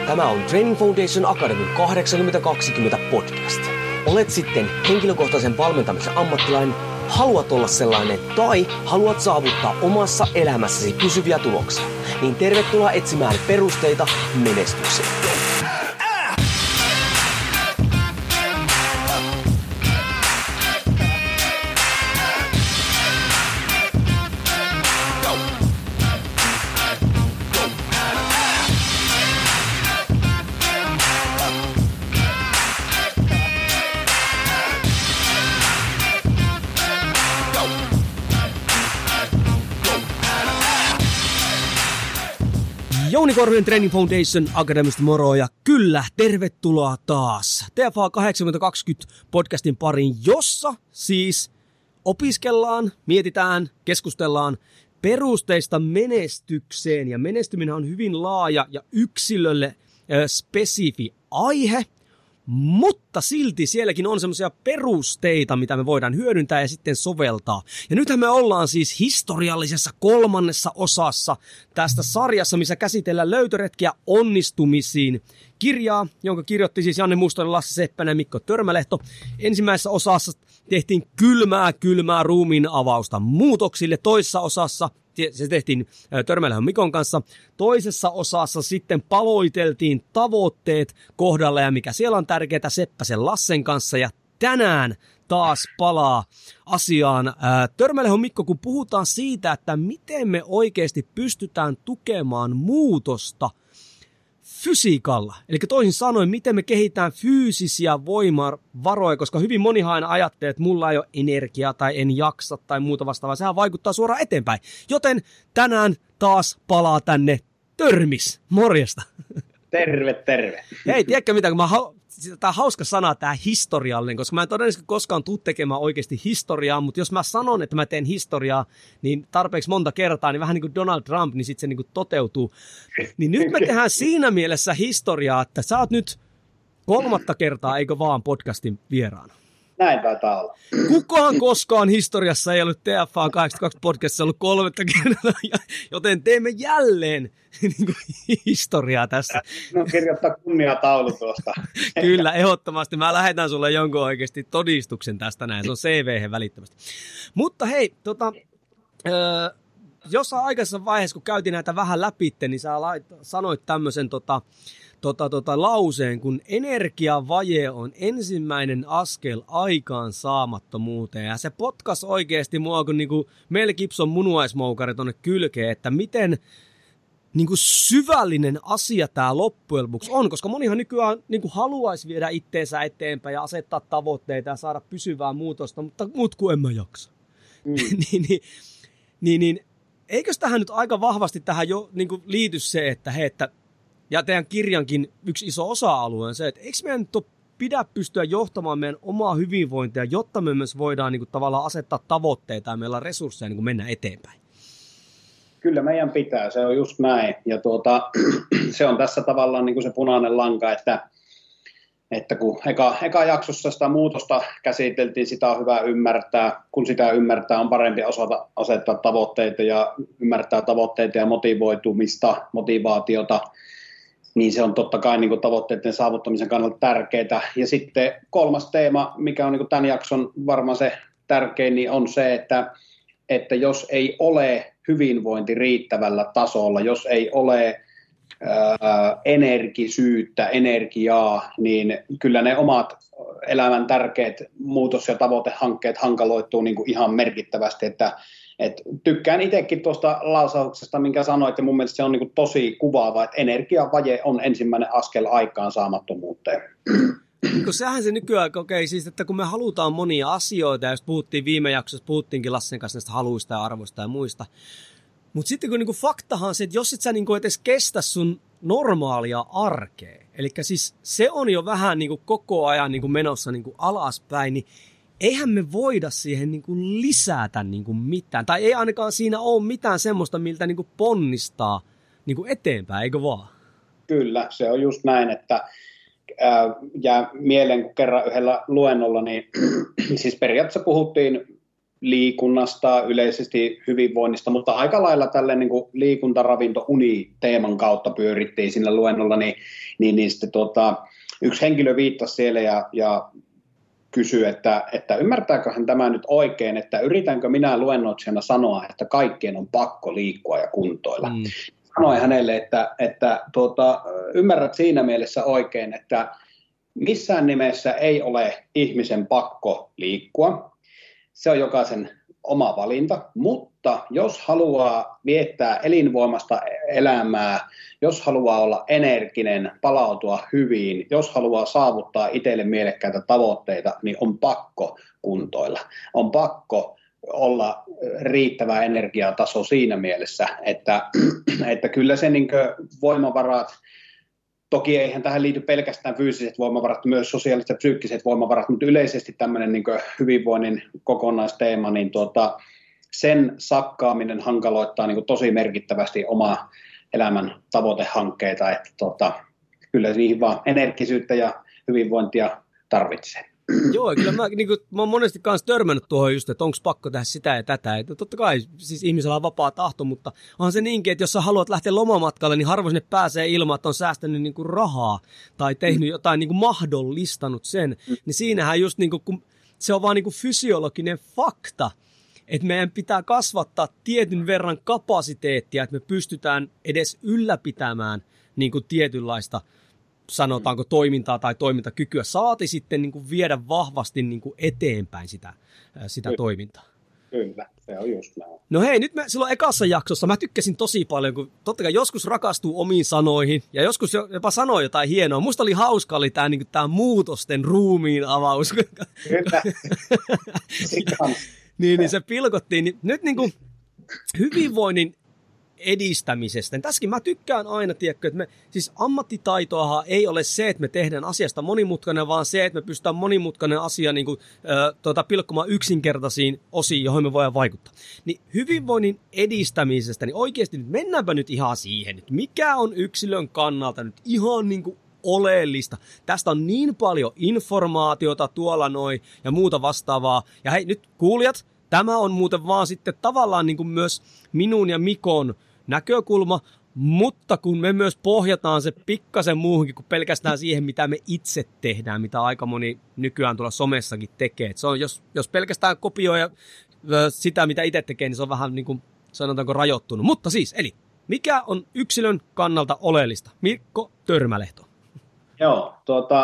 Tämä on Training Foundation Academy 8020 podcast. Olet sitten henkilökohtaisen valmentamisen ammattilainen, haluat olla sellainen tai haluat saavuttaa omassa elämässäsi pysyviä tuloksia, niin tervetuloa etsimään perusteita menestykseen. Jouni Korhonen Training Foundation Academista moro ja kyllä, tervetuloa taas TFA 8020 podcastin pariin, jossa siis opiskellaan, mietitään, keskustellaan perusteista menestykseen ja menestyminen on hyvin laaja ja yksilölle spesifi aihe. Mutta silti sielläkin on semmoisia perusteita, mitä me voidaan hyödyntää ja sitten soveltaa. Ja nythän me ollaan siis historiallisessa 3. osassa tästä sarjassa, missä käsitellään löytöretkiä onnistumisiin. Kirjaa, jonka kirjoitti siis Janne Mustonen, Lassi Seppänen ja Mikko Törmälehto. Ensimmäisessä osassa tehtiin kylmää ruumiin avausta muutoksille. Toisessa osassa se tehtiin Törmälehon Mikon kanssa. Toisessa osassa sitten paloiteltiin tavoitteet kohdalle ja mikä siellä on tärkeää Seppäsen Lassen kanssa. Ja tänään taas palaa asiaan Törmälehon Mikko, kun puhutaan siitä, että miten me oikeasti pystytään tukemaan muutosta fysiikalla. Eli toisin sanoen, miten me kehitetään fyysisiä voimavaroja, koska hyvin monihan aina ajattelee, että mulla ei ole energiaa tai en jaksa tai muuta vastaavaa. Sehän vaikuttaa suoraan eteenpäin. Joten tänään taas palaa tänne Törmis. Morjesta. Terve. Hei, tiedätkö mitä, kun tämä on hauska sana, tämä historiallinen, koska mä en todennäköisesti koskaan tule tekemään oikeasti historiaa, mutta jos mä sanon, että mä teen historiaa, niin tarpeeksi monta kertaa, niin vähän niin kuin Donald Trump, niin sitten se niin kuin toteutuu. Niin nyt me tehdään siinä mielessä historiaa, että sä oot nyt 3. kertaa, eikö vaan, podcastin vieraana. Näin taitaa olla. Kukaan koskaan historiassa ei ollut TFA 82 podcastissa ollut 3. kertaa, joten teemme jälleen niin kuin historiaa tässä. No kirjoittaa kunniataulu tuosta. Kyllä, ehdottomasti. Mä lähetän sulle jonkun oikeasti todistuksen tästä näin. Se on CV:hen välittömästi. Mutta hei, jossain aikaisessa vaiheessa, kun käytiin näitä vähän läpi, niin sä sanoit tämmöisen lauseen, kun energiavaje on ensimmäinen askel aikaan saamattomuuteen. Ja se potkas oikeasti mua, kun niinku Mel Gibson munuaismoukari tonne kylkeen, että miten niinku syvällinen asia tämä loppujen lopuksi on, koska monihan nykyään niinku haluaisi viedä itteensä eteenpäin ja asettaa tavoitteita ja saada pysyvää muutosta, mutta kun en mä jaksa. niin, eikös tähän nyt aika vahvasti tähän jo niinku liity se, että ja teidän kirjankin yksi iso osa-alue on se, että eikö meidän nyt pidä pystyä johtamaan meidän omaa hyvinvointia, jotta me myös voidaan niin kuin, tavallaan asettaa tavoitteita ja meillä on resursseja niin kuin mennä eteenpäin? Kyllä meidän pitää, se on just näin. Ja se on tässä tavallaan niin kuin se punainen lanka, että kun eka jaksossa sitä muutosta käsiteltiin, sitä on hyvä ymmärtää. Kun sitä ymmärtää, on parempi osata asettaa tavoitteita ja ymmärtää tavoitteita ja motivaatiota. Niin se on totta kai niin kuin tavoitteiden saavuttamisen kannalta tärkeää. Ja sitten 3. teema, mikä on niin kuin tämän jakson varmaan se tärkein, niin on se, että jos ei ole hyvinvointi riittävällä tasolla, jos ei ole energiaa, niin kyllä ne omat elämän tärkeät muutos- ja tavoitehankkeet hankaloittuu niin kuin ihan merkittävästi, että tykkään itsekin tuosta lausauksesta, minkä sanoit, ja mun mielestä se on niin kuin tosi kuvaava, että energiavaje on ensimmäinen askel aikaan saamattomuuteen. Kun sehän se nykyään kokee, siis että kun me halutaan monia asioita, ja jos puhuttiin viime jaksossa, puhuttiinkin Lassen kanssa näistä haluista ja arvoista ja muista, mutta sitten kun niinku faktahan on se, että jos et sä niinku edes kestä sun normaalia arkea, eli siis se on jo vähän niinku koko ajan niinku menossa niinku alaspäin, niin eihän me voida siihen niinku lisätä niinku mitään. Tai ei ainakaan siinä ole mitään semmoista, miltä niinku ponnistaa niinku eteenpäin, eikö vaan? Kyllä, se on just näin, että jää mieleen, kun kerran yhdellä luennolla, niin siis periaatteessa puhuttiin liikunnasta, yleisesti hyvinvoinnista, mutta aika lailla tälle niin kuin liikunta, ravinto, uni teeman kautta pyörittiin siinä luennolla, niin sitten yksi henkilö viittasi siellä ja kysyi, että ymmärtääköhän tämä nyt oikein, että yritänkö minä luennoitsijana sanoa, että kaikkien on pakko liikkua ja kuntoilla. Sanoin hänelle, että ymmärrät siinä mielessä oikein, että missään nimessä ei ole ihmisen pakko liikkua. Se on jokaisen oma valinta, mutta jos haluaa viettää elinvoimasta elämää, jos haluaa olla energinen, palautua hyvin, jos haluaa saavuttaa itselle mielekkäitä tavoitteita, niin on pakko kuntoilla. On pakko olla riittävä energiataso siinä mielessä, että kyllä se niin kuin voimavarat, toki eihän tähän liity pelkästään fyysiset voimavarat, myös sosiaaliset ja psyykkiset voimavarat, mutta yleisesti tämmöinen niin kuin hyvinvoinnin kokonaisteema, niin sen sakkaaminen hankaloittaa niin kuin tosi merkittävästi omaa elämän tavoitehankkeita, että kyllä niihin vaan energisyyttä ja hyvinvointia tarvitsee. Joo, kyllä mä oon monesti kanssa törmännyt tuohon just, että onko pakko tehdä sitä ja tätä. Että totta kai siis ihmisellä on vapaa tahto, mutta onhan se niinkin, että jos sä haluat lähteä lomamatkalle, niin harvoin sinne pääsee ilman, että on säästänyt niinku rahaa tai tehnyt jotain, niinku mahdollistanut sen. Niin siinähän just niinku, kun se on vaan niinku fysiologinen fakta, että meidän pitää kasvattaa tietyn verran kapasiteettia, että me pystytään edes ylläpitämään niinku tietynlaista, sanotaanko toimintaa tai toimintakykyä, saati sitten niin kuin viedä vahvasti niin kuin eteenpäin sitä toimintaa. Kyllä, se on just näin. No hei, nyt silloin ekassa jaksossa mä tykkäsin tosi paljon, kun totta kai joskus rakastuu omiin sanoihin ja joskus jopa sanoo jotain hienoa. Musta oli hauska tämä niin muutosten ruumiin avaus. Kyllä. niin se pilkottiin. Niin nyt niin kuin hyvinvoinnin edistämisestä. Tässäkin mä tykkään aina, tiedätkö, että siis ammattitaitoahan ei ole se, että me tehdään asiasta monimutkainen, vaan se, että me pystytään monimutkainen asia niin kuin, pilkkomaan yksinkertaisiin osiin, joihin me voidaan vaikuttaa. Niin hyvinvoinnin edistämisestä, niin oikeasti nyt mennäänpä nyt ihan siihen, että mikä on yksilön kannalta nyt ihan niin kuin oleellista. Tästä on niin paljon informaatiota tuolla noin ja muuta vastaavaa. Ja hei, nyt kuulijat, tämä on muuten vaan sitten tavallaan niin kuin myös minun ja Mikon näkökulma, mutta kun me myös pohjataan se pikkasen muuhunkin kuin pelkästään siihen, mitä me itse tehdään, mitä aika moni nykyään tuolla somessakin tekee. Et se on, jos pelkästään kopioi sitä, mitä itse tekee, niin se on vähän niin kuin sanotaanko rajoittunut. Mutta siis, eli mikä on yksilön kannalta oleellista? Mikko Törmälehto. Joo,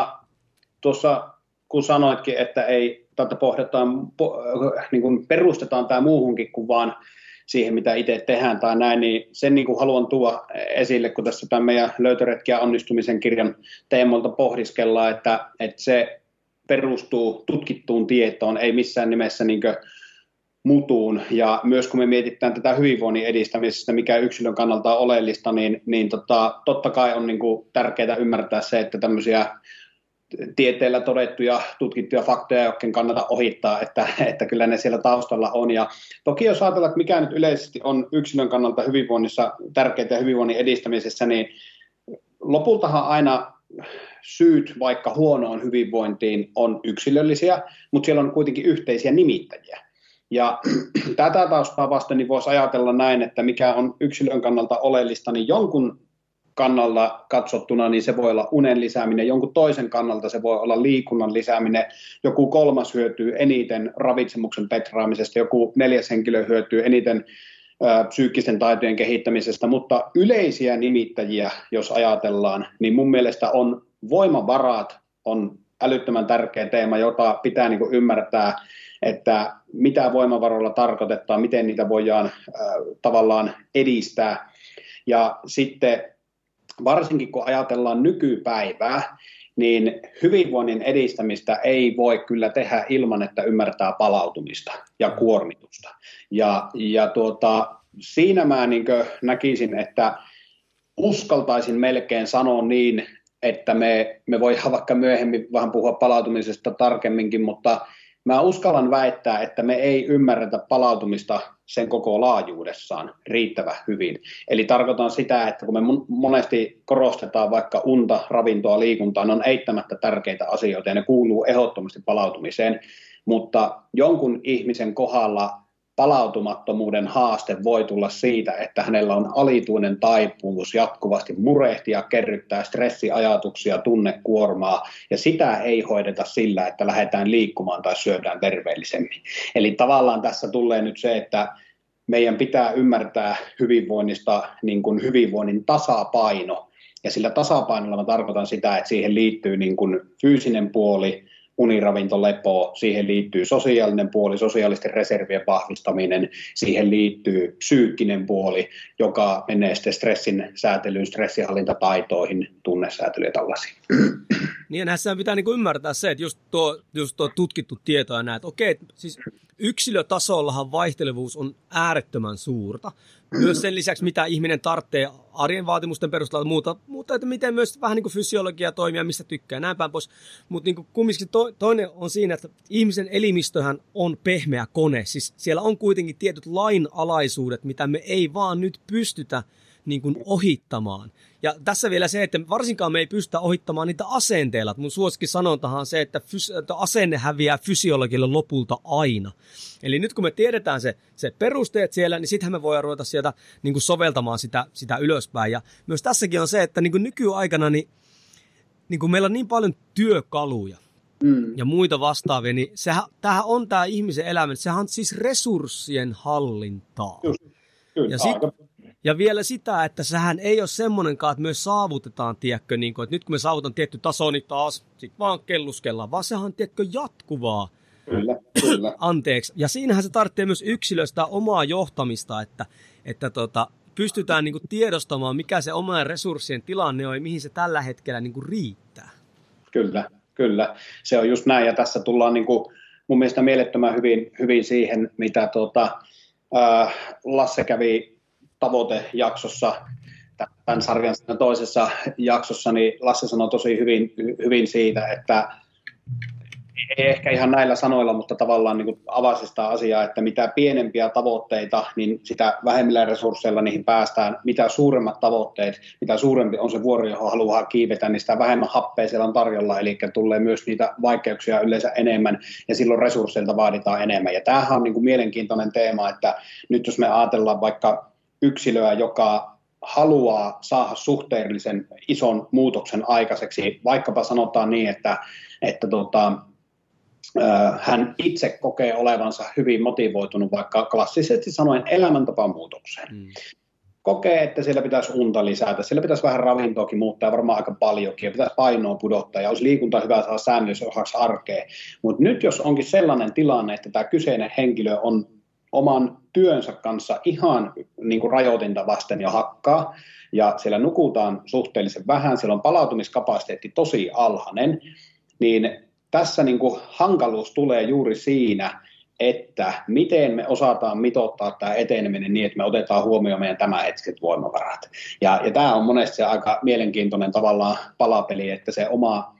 tuossa kun sanoitkin, että ei tätä pohjataan, niin kuin perustetaan tämä muuhunkin kuin vaan siihen, mitä itse tehdään tai näin, niin sen niin kuin haluan tuoda esille, kun tässä tämän meidän löytöretkiä onnistumisen kirjan teemalta pohdiskellaan, että se perustuu tutkittuun tietoon, ei missään nimessä niin kuin mutuun. Ja myös kun me mietitään tätä hyvinvoinnin edistämisestä, mikä yksilön kannalta on oleellista, niin totta kai on niin kuin tärkeää ymmärtää se, että tämmöisiä tieteellä todettuja, tutkittuja faktoja, joiden kannata ohittaa, että kyllä ne siellä taustalla on. Ja toki jos ajatellaan, että mikä nyt yleisesti on yksilön kannalta hyvinvoinnissa tärkeää ja hyvinvoinnin edistämisessä, niin lopultahan aina syyt vaikka huonoon hyvinvointiin on yksilöllisiä, mutta siellä on kuitenkin yhteisiä nimittäjiä. Ja tätä taustaa vasten niin voisi ajatella näin, että mikä on yksilön kannalta oleellista, niin jonkun kannalta katsottuna, niin se voi olla unen lisääminen, jonkun toisen kannalta se voi olla liikunnan lisääminen, joku kolmas hyötyy eniten ravitsemuksen petraamisesta, joku neljäs henkilö hyötyy eniten psyykkisten taitojen kehittämisestä, mutta yleisiä nimittäjiä, jos ajatellaan, niin mun mielestä on voimavarat on älyttömän tärkeä teema, jota pitää niin kuin ymmärtää, että mitä voimavaroilla tarkoitetaan, miten niitä voidaan tavallaan edistää. Ja sitten varsinkin kun ajatellaan nykypäivää, niin hyvinvoinnin edistämistä ei voi kyllä tehdä ilman, että ymmärtää palautumista ja kuormitusta. Ja siinä mä niin kuin näkisin, että uskaltaisin melkein sanoa niin, että me voidaan vaikka myöhemmin vähän puhua palautumisesta tarkemminkin, mutta mä uskallan väittää, että me ei ymmärretä palautumista sen koko laajuudessaan riittävän hyvin. Eli tarkoitan sitä, että kun me monesti korostetaan vaikka unta, ravintoa, liikuntaa, ne on eittämättä tärkeitä asioita ja ne kuuluu ehdottomasti palautumiseen, mutta jonkun ihmisen kohdalla palautumattomuuden haaste voi tulla siitä, että hänellä on alituinen taipumus jatkuvasti murehtia, kerryttää stressiajatuksia, tunnekuormaa, ja sitä ei hoideta sillä, että lähdetään liikkumaan tai syödään terveellisemmin. Eli tavallaan tässä tulee nyt se, että meidän pitää ymmärtää hyvinvoinnista niin kuin hyvinvoinnin tasapaino, ja sillä tasapainolla mä tarkoitan sitä, että siihen liittyy niin kuin fyysinen puoli, uniravinto, lepo, siihen liittyy sosiaalinen puoli, sosiaalisten reservien vahvistaminen, siihen liittyy psyykkinen puoli, joka menee sitten stressin säätelyyn, stressinhallintataitoihin, tunnesäätelyyn ja tällaisiin. Niin ja näissä pitää niin kuin ymmärtää se, että just tuo tutkittu tieto ja näin, että okei, siis yksilötasollahan vaihtelevuus on äärettömän suurta. Myös sen lisäksi, mitä ihminen tarvitsee arjen vaatimusten perusteella muuta, että miten myös vähän niin kuin fysiologia toimii ja mistä tykkää ja näin päin pois. Mutta niin kumminkin toinen on siinä, että ihmisen elimistöhän on pehmeä kone. Siis siellä on kuitenkin tietyt lainalaisuudet, mitä me ei vaan nyt pystytä niin kuin ohittamaan. Ja tässä vielä se, että varsinkaan me ei pystytä ohittamaan niitä asenteilla. Mun suosikin sanontahan on se, että asenne häviää fysiologille lopulta aina. Eli nyt kun me tiedetään se perusteet siellä, niin sittenhän me voidaan ruveta sieltä niin kuin soveltamaan sitä ylöspäin. Ja myös tässäkin on se, että niin kuin nykyaikana niin kuin meillä on niin paljon työkaluja ja muita vastaavia, niin tämähän on tämä ihmisen elämä, sehän on siis resurssien hallintaa. Kyllä, ja vielä sitä, että sehän ei ole semmoinenkaan, että me saavutetaan, tiedätkö, niin kuin, että nyt kun me saavutan tietty taso, niin taas sit vaan kelluskellaan, vaan sehän on, tiedätkö, jatkuvaa. Kyllä. Anteeksi. Ja siinähän se tarvitsee myös yksilöstä omaa johtamista, että pystytään niin kuin tiedostamaan, mikä se oman resurssien tilanne on ja mihin se tällä hetkellä niin kuin riittää. Kyllä. Se on just näin, ja tässä tullaan niin kuin mun mielestä mielettömän hyvin siihen, mitä Lasse kävi tavoitejaksossa, tämän sarjan toisessa jaksossa, niin Lasse sanoi tosi hyvin siitä, että ei ehkä ihan näillä sanoilla, mutta tavallaan niin kuin avasi sitä asiaa, että mitä pienempiä tavoitteita, niin sitä vähemmillä resursseilla niihin päästään. Mitä suuremmat tavoitteet, mitä suurempi on se vuori, johon haluaa kiivetä, niin sitä vähemmän happea siellä on tarjolla, eli tulee myös niitä vaikeuksia yleensä enemmän, ja silloin resursseilta vaaditaan enemmän. Ja tämähän on niin kuin mielenkiintoinen teema, että nyt jos me ajatellaan vaikka yksilöä, joka haluaa saada suhteellisen ison muutoksen aikaiseksi, vaikkapa sanotaan niin, että hän itse kokee olevansa hyvin motivoitunut vaikka klassisesti sanoen elämäntapamuutokseen. Kokee, että siellä pitäisi unta lisätä, siellä pitäisi vähän ravintoakin muuttaa ja varmaan aika paljonkin, ja pitäisi painoa pudottaa ja olisi liikunta hyvä saada säännöllisesti osaksi arkea. Mutta nyt jos onkin sellainen tilanne, että tämä kyseinen henkilö on oman työnsä kanssa ihan niin kuin rajoitinta vasten jo hakkaa, ja siellä nukutaan suhteellisen vähän, siellä on palautumiskapasiteetti tosi alhainen, niin tässä niin kuin hankaluus tulee juuri siinä, että miten me osataan mitoittaa tämä eteneminen niin, että me otetaan huomioon meidän tämänhetkiset voimavarat. Ja tämä on monesti se aika mielenkiintoinen tavallaan palapeli, että se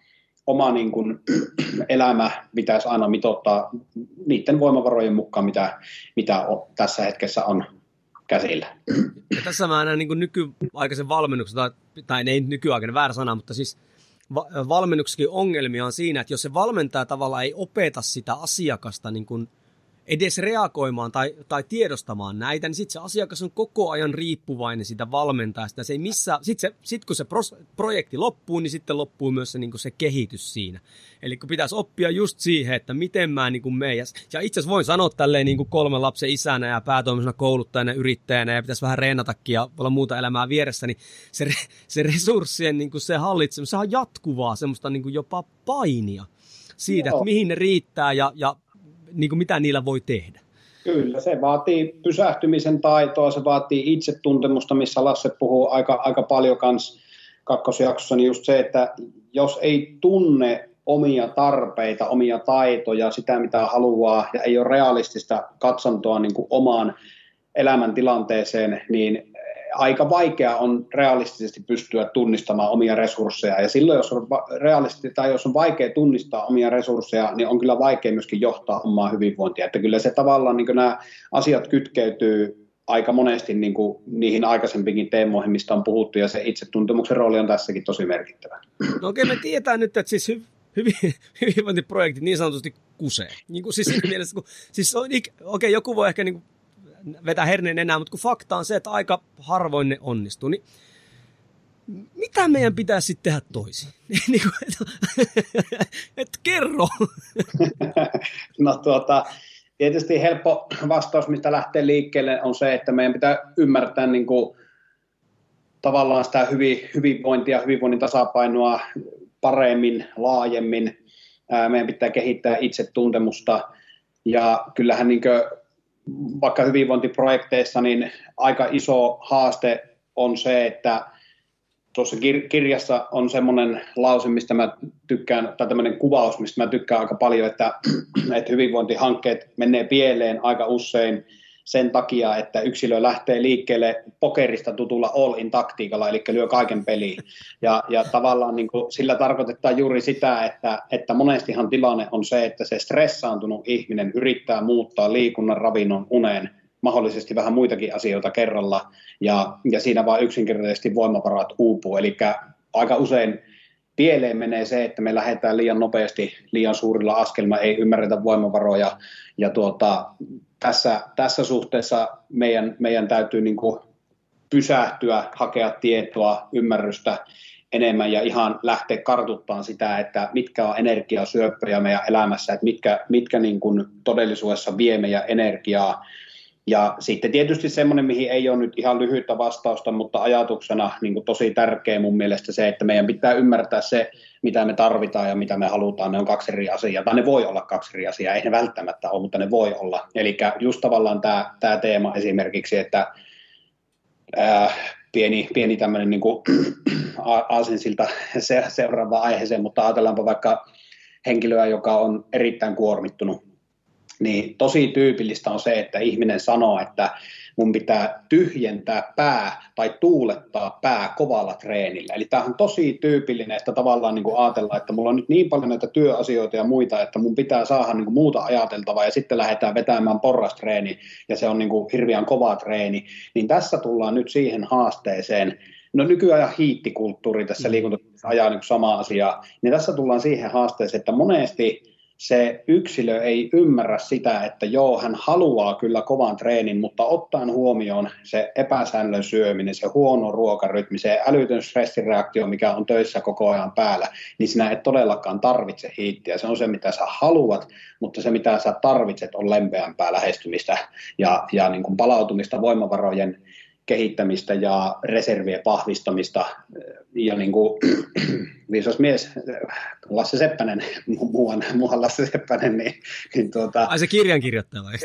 oma niin kuin elämä pitäisi aina mitoittaa niiden voimavarojen mukaan, mitä tässä hetkessä on käsillä. Ja tässä mä näen niin nykyaikaisen valmennuksen, tai ei nykyaikainen väärä sana, mutta siis valmennuksessakin ongelmia on siinä, että jos se valmentaja tavallaan ei opeta sitä asiakasta niin kuin edes reagoimaan tai tiedostamaan näitä, niin sitten se asiakas on koko ajan riippuvainen sitä valmentajasta. Se ei sitten kun se projekti loppuu, niin sitten loppuu myös se, niin kuin se kehitys siinä. Eli kun pitäisi oppia just siihen, että miten mä niin kuin menen. Ja itse asiassa voin sanoa tälleen niin kuin 3 lapsen isänä ja päätoimisena kouluttajana, yrittäjänä ja pitäisi vähän reenatakin ja olla muuta elämää vieressä, niin se resurssien niin kuin se hallitseminen, se on jatkuvaa semmoista niin kuin jopa painia siitä, että mihin ne riittää ja niin kuin mitä niillä voi tehdä. Kyllä, se vaatii pysähtymisen taitoa, se vaatii itsetuntemusta, missä Lasse puhuu aika paljon kans kakkosjaksossa, niin just se, että jos ei tunne omia tarpeita, omia taitoja, sitä mitä haluaa ja ei ole realistista katsantoa niin kuin omaan elämäntilanteeseen, niin aika vaikea on realistisesti pystyä tunnistamaan omia resursseja, ja silloin jos on realistisesti tai jos on vaikea tunnistaa omia resursseja, niin on kyllä vaikea myöskin johtaa omaa hyvinvointia, että kyllä se tavallaan niin kuin nämä asiat kytkeytyy aika monesti niin kuin niihin aikaisempiin teemoihin, mistä on puhuttu, ja se itsetuntemuksen rooli on tässäkin tosi merkittävä. No okei, me tiedetään nyt, että siis hyvinvointiprojektit niin sanotusti kusee. Niin kuin, siis siinä mielessä, kun, siis okei, joku voi ehkä niin kuin vetää herneen enää, mutta kun fakta on se, että aika harvoin ne onnistuu, niin mitä meidän pitää sitten tehdä toisin? Et kerro. No tietysti helppo vastaus, mistä lähtee liikkeelle, on se, että meidän pitää ymmärtää niin kuin, tavallaan sitä hyvinvointia, hyvinvoinnin tasapainoa paremmin, laajemmin. Meidän pitää kehittää itsetuntemusta ja kyllähän niin kuin, vaikka hyvinvointiprojekteissa niin aika iso haaste on se, että tuossa kirjassa on semmoinen lause, mistä mä tykkään, tai tämmöinen kuvaus, mistä mä tykkään aika paljon, että hyvinvointihankkeet menee pieleen aika usein sen takia, että yksilö lähtee liikkeelle pokerista tutulla all-in-taktiikalla, eli lyö kaiken peliin. Ja tavallaan niin kuin sillä tarkoitetaan juuri sitä, että monestihan tilanne on se, että se stressaantunut ihminen yrittää muuttaa liikunnan, ravinnon, unen, mahdollisesti vähän muitakin asioita kerralla, ja siinä vaan yksinkertaisesti voimavarat uupuu. Eli aika usein pieleen menee se, että me lähdetään liian nopeasti, liian suurilla askelma, ei ymmärretä voimavaroja, ja tässä suhteessa meidän täytyy niin kuin pysähtyä, hakea tietoa, ymmärrystä enemmän ja ihan lähteä kartuttamaan sitä, että mitkä on energiasyöppöjä meidän elämässä, että mitkä niin kuin todellisuudessa vie meidän energiaa. Ja sitten tietysti semmoinen, mihin ei ole nyt ihan lyhyttä vastausta, mutta ajatuksena niin kuin tosi tärkeä mun mielestä se, että meidän pitää ymmärtää se, mitä me tarvitaan ja mitä me halutaan. Ne on kaksi eri asiaa, tai ne voi olla kaksi eri asiaa, ei ne välttämättä ole, mutta ne voi olla. Eli just tavallaan tämä teema esimerkiksi, että pieni tämmöinen niin kuin aasinsilta seuraava aiheeseen, mutta ajatellaanpa vaikka henkilöä, joka on erittäin kuormittunut. Niin tosi tyypillistä on se, että ihminen sanoo, että mun pitää tyhjentää pää tai tuulettaa pää kovalla treenillä. Eli tämä on tosi tyypillinen, että tavallaan niin kuin ajatellaan, että mulla on nyt niin paljon näitä työasioita ja muita, että mun pitää saada niin kuin muuta ajateltavaa ja sitten lähdetään vetämään porrastreeni ja se on niin kuin hirveän kova treeni. Niin tässä tullaan nyt siihen haasteeseen. No nykyajan hiittikulttuuri tässä liikuntassa ajaa niin kuin samaa asiaa, niin tässä tullaan siihen haasteeseen, että monesti se yksilö ei ymmärrä sitä, että joo, hän haluaa kyllä kovan treenin, mutta ottaen huomioon se epäsäännöllinen syöminen, se huono ruokarytmi, se älytön stressireaktio, mikä on töissä koko ajan päällä, niin sinä et todellakaan tarvitse hiittiä. Se on se, mitä sä haluat, mutta se, mitä sä tarvitset, on lempeämpää lähestymistä ja niin kuin palautumista, voimavarojen kehittämistä ja reservien vahvistamista. Ja niin kuin viisas mies, Lasse Seppänen, muuhan Lasse Seppänen, niin ai se kirjan kirjoittaja vai?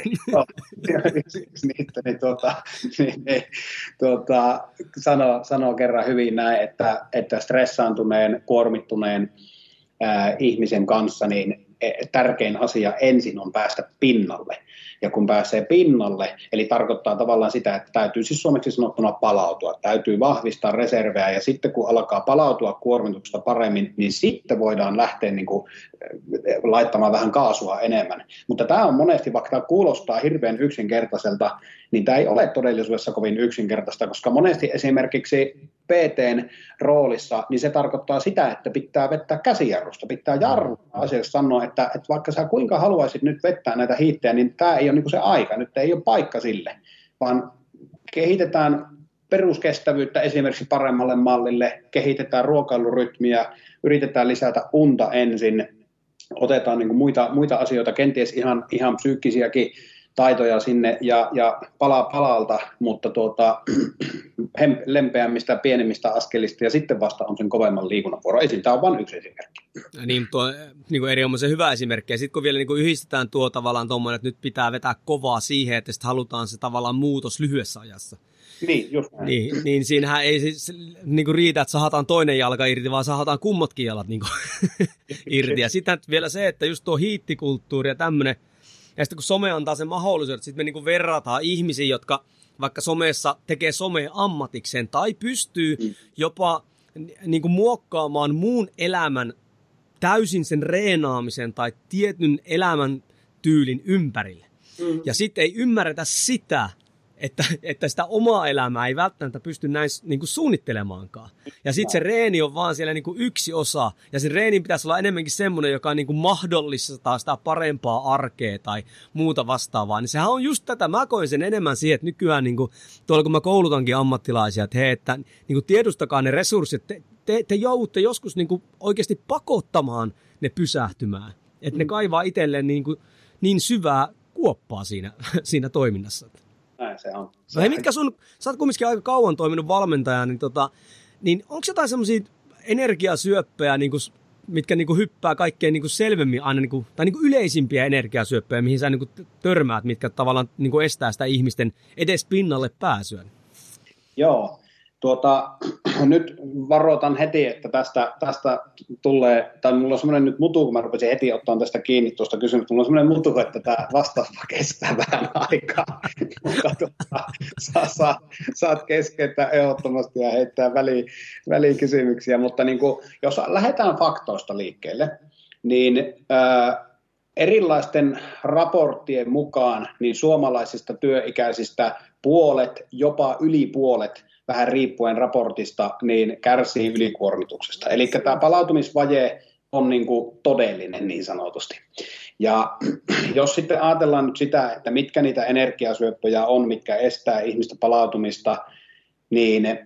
Sanoo kerran hyvin näin, että stressaantuneen, kuormittuneen ihmisen kanssa, niin tärkein asia ensin on päästä pinnalle. Ja kun pääsee pinnalle, eli tarkoittaa tavallaan sitä, että täytyy siis suomeksi sanottuna palautua, täytyy vahvistaa reservejä ja sitten kun alkaa palautua kuormituksesta paremmin, niin sitten voidaan lähteä niin kuin laittamaan vähän kaasua enemmän. Mutta tämä on monesti, vaikka tämä kuulostaa hirveän yksinkertaiselta, niin tämä ei ole todellisuudessa kovin yksinkertaista, koska monesti esimerkiksi PT:n roolissa, niin se tarkoittaa sitä, että pitää vettää käsijarrusta, pitää jarruttaa asiaksi sanoa, että vaikka sä kuinka haluaisit nyt vettää näitä hiittejä, niin tämä ei ole niin kuin se aika, nyt ei ole paikka sille, vaan kehitetään peruskestävyyttä esimerkiksi paremmalle mallille, kehitetään ruokailurytmiä, yritetään lisätä unta ensin, otetaan niin kuin muita asioita, kenties ihan psyykkisiäkin taitoja sinne ja palalta, mutta lempeämmistä, pienemmistä askelista ja sitten vasta on sen kovemman liikunnan vuoro. Tämä on vain yksi esimerkki. Niin, tuo niin erinomaisen hyvä esimerkki. Ja sitten kun vielä niin yhdistetään tuo tavallaan tuommoinen, että nyt pitää vetää kovaa siihen, että sitten halutaan se tavallaan muutos lyhyessä ajassa. Niin, just näin. Niin siinähän ei siis niin kuin riitä, että sahataan toinen jalka irti, vaan sahataan kummatkin jalat niin kuin irti. Ja sitten vielä se, että just tuo hiittikulttuuri ja tämmöinen, ja sitten kun some antaa sen mahdollisuuden, että sitten me niin kuin verrataan ihmisiä, jotka vaikka somessa tekee somea ammatikseen tai pystyy jopa niin kuin muokkaamaan muun elämän täysin sen reenaamisen tai tietyn elämän tyylin ympärille. Ja sitten ei ymmärretä sitä, että sitä omaa elämää ei välttämättä pysty näin niin kuin suunnittelemaankaan. Ja sitten se reeni on vaan siellä niin kuin yksi osa, ja se reenin pitäisi olla enemmänkin semmoinen, joka niin kuin mahdollistaa sitä parempaa arkea tai muuta vastaavaa. Niin sehän on just tätä, mä koin sen enemmän siihen, että nykyään niin kuin, tuolla kun mä koulutankin ammattilaisia, että hei, että niin kuin tiedustakaa ne resurssit, te joudutte joskus niin kuin oikeasti pakottamaan ne pysähtymään, että ne kaivaa itselleen niin syvää kuoppaa siinä toiminnassa. Näin se on. Sä oot kumminkin aika kauan toiminut valmentajana, niin onko jotain semmoisia energiasyöppejä, mitkä hyppää kaikkein selvemmin aina, tai yleisimpiä energiasyöppejä, mihin sä törmäät, mitkä tavallaan estää sitä ihmisten edes pinnalle pääsyä? Joo. Nyt varoitan heti, että tästä tulee, tai mulla on semmoinen nyt mutu, kun mä rupesin heti ottaa tästä kiinni tuosta kysymystä, mulla on semmoinen mutu, että tämä vastaus kestää vähän aikaa, mutta saat keskeyttää ehdottomasti ja heittää välikysymyksiä, mutta niin kuin, jos lähdetään faktoista liikkeelle, niin erilaisten raporttien mukaan niin suomalaisista työikäisistä puolet, jopa yli puolet, vähän riippuen raportista, niin kärsii ylikuormituksesta. Eli tämä palautumisvaje on niin kuin todellinen niin sanotusti. Ja jos sitten ajatellaan nyt sitä, että mitkä niitä energiasyöppöjä on, mitkä estää ihmistä palautumista, niin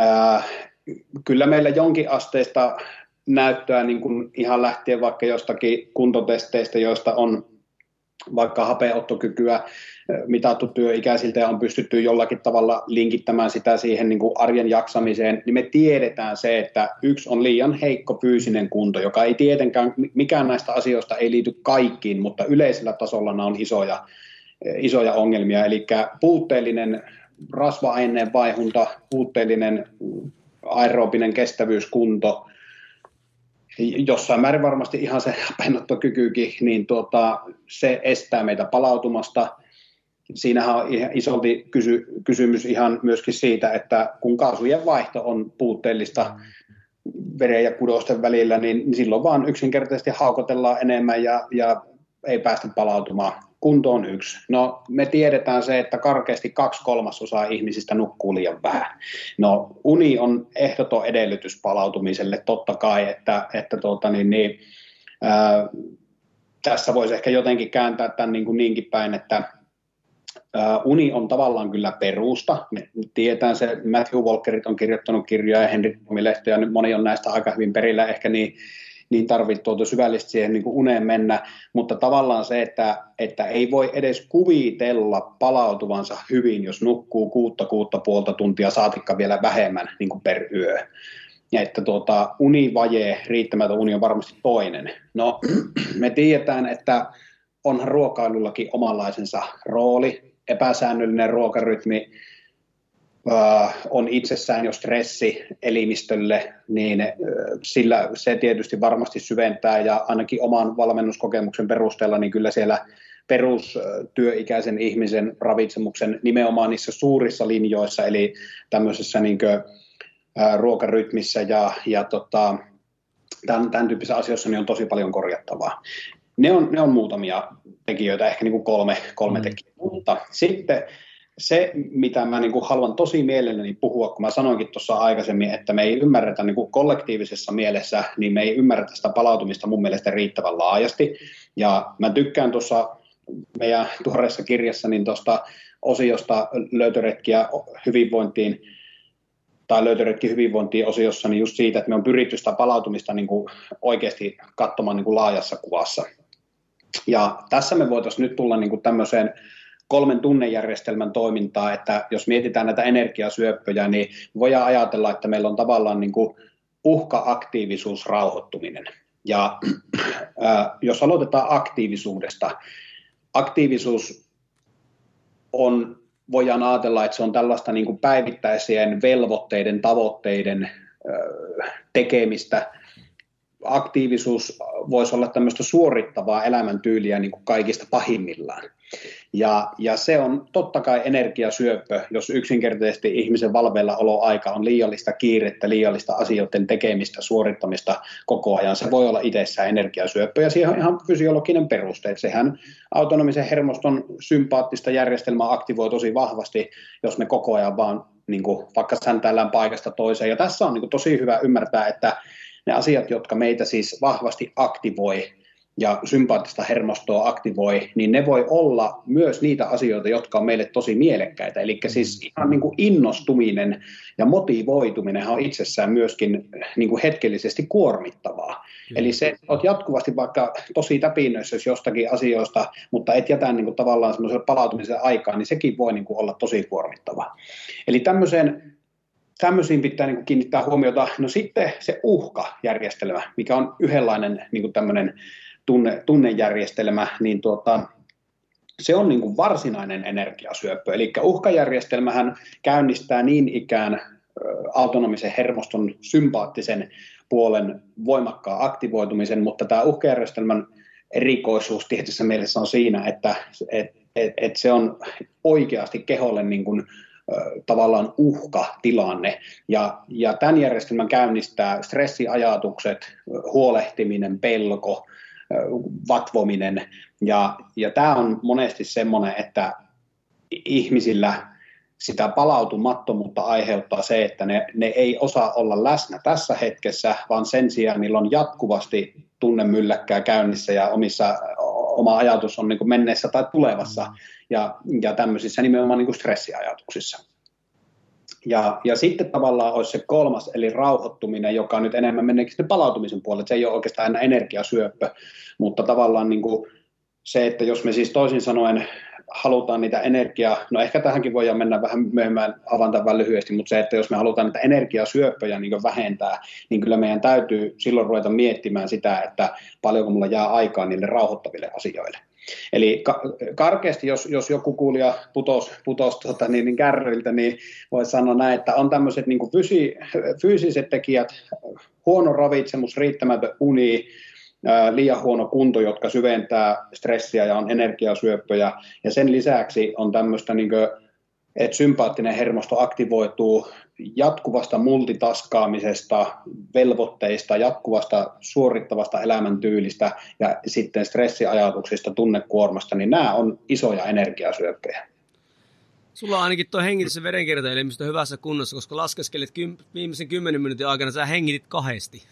kyllä meillä jonkin asteista näyttöä niin kuin ihan lähtien vaikka jostakin kuntotesteistä, joista on vaikka hapeottokykyä mitattu työikäisiltä ja on pystytty jollakin tavalla linkittämään sitä siihen niin kuin arjen jaksamiseen, niin me tiedetään se, että yksi on liian heikko fyysinen kunto, joka ei tietenkään, mikään näistä asioista ei liity kaikkiin, mutta yleisellä tasolla nämä on isoja ongelmia, eli puutteellinen rasva-aineen vaihunta, puutteellinen aerobinen kestävyyskunto, jossain määrin varmasti ihan se hapenottokykykin, niin se estää meitä palautumasta. Siinähän on isolti kysymys ihan myöskin siitä, että kun kaasujen vaihto on puutteellista veren ja kudosten välillä, niin silloin vaan yksinkertaisesti haukotellaan enemmän ja ei päästä palautumaan. Kunto on yksi. No me tiedetään se, että karkeasti 2/3 ihmisistä nukkuu liian vähän. No uni on ehdoton edellytys palautumiselle totta kai, että tässä voisi ehkä jotenkin kääntää tämän niinkin päin, että uni on tavallaan kyllä perusta. Me tiedetään se, Matthew Walkerit on kirjoittanut kirjoja ja Henrik Lehto, ja nyt moni on näistä aika hyvin perillä ehkä niin tarvitsee syvällisesti siihen niin kuin uneen mennä, mutta tavallaan se, että ei voi edes kuvitella palautuvansa hyvin, jos nukkuu 6,5 tuntia, saatikka vielä vähemmän niin kuin per yö. Ja että univaje, riittämätön uni on varmasti toinen. No me tiedetään, että onhan ruokailullakin omanlaisensa rooli, epäsäännöllinen ruokarytmi, on itsessään jo stressi elimistölle, niin sillä se tietysti varmasti syventää, ja ainakin oman valmennuskokemuksen perusteella, niin kyllä siellä perustyöikäisen ihmisen ravitsemuksen nimenomaan niissä suurissa linjoissa, eli tämmöisessä ruokarytmissä ja tämän tyyppisissä asioissa niin on tosi paljon korjattavaa. Ne on muutamia tekijöitä, ehkä kolme tekijää, mutta sitten se, mitä mä haluan tosi mielelläni puhua, kun mä sanoinkin tuossa aikaisemmin, että me ei ymmärretä kollektiivisessa mielessä, niin me ei ymmärretä sitä palautumista mun mielestä riittävän laajasti. Ja mä tykkään tuossa meidän tuoreessa kirjassa niin tuosta osiosta löytöretkiä hyvinvointiin, tai löytöretki hyvinvointiin osiossa, niin just siitä, että me on pyritty sitä palautumista oikeasti katsomaan laajassa kuvassa. Ja tässä me voitaisiin nyt tulla tämmöiseen 3 tunnejärjestelmän toimintaa, että jos mietitään näitä energiasyöppöjä, niin voidaan ajatella, että meillä on tavallaan uhka, aktiivisuus, rauhoittuminen. Ja jos aloitetaan aktiivisuudesta, aktiivisuus voidaan ajatella, että se on tällaista päivittäisien velvoitteiden, tavoitteiden tekemistä aktiivisuus voisi olla tämmöistä suorittavaa elämäntyyliä niin kuin kaikista pahimmillaan. Ja se on totta kai energiasyöppö, jos yksinkertaisesti ihmisen valveilla oloaika on liiallista kiirettä, liiallista asioiden tekemistä, suorittamista koko ajan. Se voi olla itsessään energiasyöppö ja siihen on ihan fysiologinen peruste. Että sehän autonomisen hermoston sympaattista järjestelmää aktivoi tosi vahvasti, jos me koko ajan vaan niin kuin, vaikka säntäillään paikasta toiseen. Ja tässä on niin kuin, tosi hyvä ymmärtää, että ne asiat, jotka meitä siis vahvasti aktivoi, ja sympaattista hermostoa aktivoi, niin ne voi olla myös niitä asioita, jotka on meille tosi mielekkäitä. Eli siis ihan niin kuin innostuminen ja motivoituminen on itsessään myöskin niin kuin hetkellisesti kuormittavaa. Eli se, että olet jatkuvasti vaikka tosi täpinöissä jostakin asioista, mutta et jätä niin kuin tavallaan semmoiselle palautumisen aikaan, niin sekin voi niin kuin olla tosi kuormittavaa. Eli tämmöisiin pitää niin kuin kiinnittää huomiota. No sitten se uhkajärjestelmä, mikä on yhdenlainen niin kuin tämmöinen tunnejärjestelmä, niin se on niin kuin varsinainen energiasyöppö. Eli uhkajärjestelmähän käynnistää niin ikään autonomisen hermoston sympaattisen puolen voimakkaan aktivoitumisen, mutta tämä uhkajärjestelmän erikoisuus tietyssä mielessä on siinä, että se on oikeasti keholle niin kuin tavallaan uhkatilanne. Ja tämän järjestelmän käynnistää stressiajatukset, huolehtiminen, pelko, vatvominen. Ja tämä on monesti semmoinen, että ihmisillä sitä palautumattomuutta aiheuttaa se, että ne ei osaa olla läsnä tässä hetkessä, vaan sen sijaan niillä on jatkuvasti tunnemylläkkää käynnissä ja oma ajatus on niin kuin menneessä tai tulevassa ja tämmöisissä nimenomaan niin kuin stressiajatuksissa. Ja sitten tavallaan olisi se kolmas, eli rauhoittuminen, joka nyt enemmän menee sitten palautumisen puolelle. Se ei ole oikeastaan aina energiasyöppö, mutta tavallaan niin kuin se, että jos me siis toisin sanoen halutaan niitä energiaa, no ehkä tähänkin voidaan mennä vähän myöhemmin, avaan tämän vähän lyhyesti, mutta se, että jos me halutaan niitä energiasyöppöjä niin vähentää, niin kyllä meidän täytyy silloin ruveta miettimään sitä, että paljonko mulla jää aikaa niille rauhoittaville asioille. Eli karkeasti, jos joku kuulija putosi niin kärryiltä, niin voisi sanoa näin, että on tämmöiset niin kuin fyysiset tekijät, huono ravitsemus, riittämätön uni, liian huono kunto, jotka syventää stressiä ja on energiasyöppöjä. Ja sen lisäksi on tämmöistä, niin kuin, että sympaattinen hermosto aktivoituu jatkuvasta multitaskaamisesta, velvoitteista, jatkuvasta suorittavasta elämäntyylistä ja sitten stressiajatuksista, tunnekuormasta, niin nämä on isoja energiasyöppöjä. Sulla on ainakin tuo hengitys- ja verenkiertoelimistö hyvässä kunnossa, koska laskeskelit viimeisen 10 minuutin aikana, sä hengitit 2.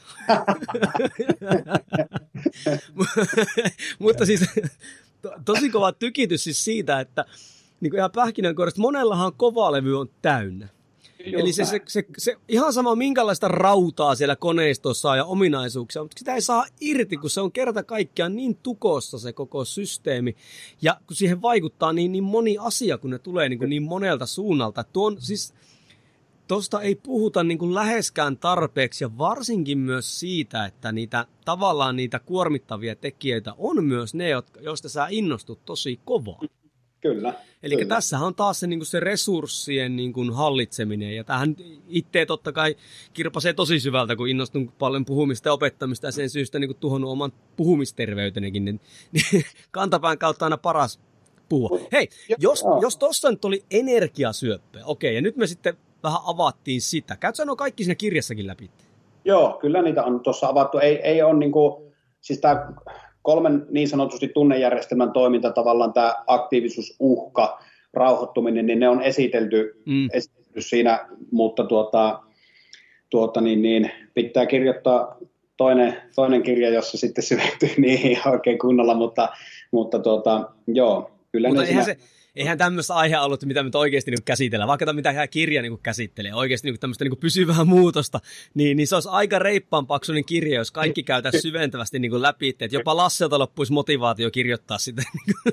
Mutta siis tosi kova tykitys siis siitä, että niin kuin ihan pähkinänkuoresta, monellahan kovalevy on täynnä. Eli se ihan sama minkälaista rautaa siellä koneistossa on ja ominaisuuksia, mutta sitä ei saa irti, kun se on kerta kaikkiaan niin tukossa se koko systeemi. Ja kun siihen vaikuttaa niin moni asia, kun ne tulee niin monelta suunnalta. Tuosta ei puhuta niin kuin läheskään tarpeeksi ja varsinkin myös siitä, että tavallaan niitä kuormittavia tekijöitä on myös ne, joista sä innostut tosi kovaa. Kyllä. Eli tässähän on taas se resurssien hallitseminen, ja tämähän itse totta kai kirpasee tosi syvältä, kun innostun paljon puhumista ja opettamista, ja sen syystä tuhonnut oman puhumisterveytenekin, niin kantapään kautta aina paras puhua. Hei, jos tossa nyt oli energiasyöppö, okei, ja nyt me sitten vähän avattiin sitä. Käytkö sanoa kaikki siinä kirjassakin läpi? Joo, kyllä niitä on tuossa avattu. Ei ole siis tämä 3 niin sanotusti tunnejärjestelmän toiminta, tavallaan tämä aktiivisuus, uhka, rauhoittuminen, niin ne on esitelty siinä, mutta pitää kirjoittaa toinen kirja, jossa sitten syventyy niihin oikein kunnolla, mutta joo, kyllä mutta ne eihän tämmöistä aihealuetta, mitä me oikeasti käsitellään, vaikka mitä tämä kirja käsittelee, oikeasti tämmöistä pysyvää muutosta, niin se olisi aika reippaan paksuinen kirja, jos kaikki käytäisiin syventävästi läpi, että jopa Lasselta loppuisi motivaatio kirjoittaa sitä.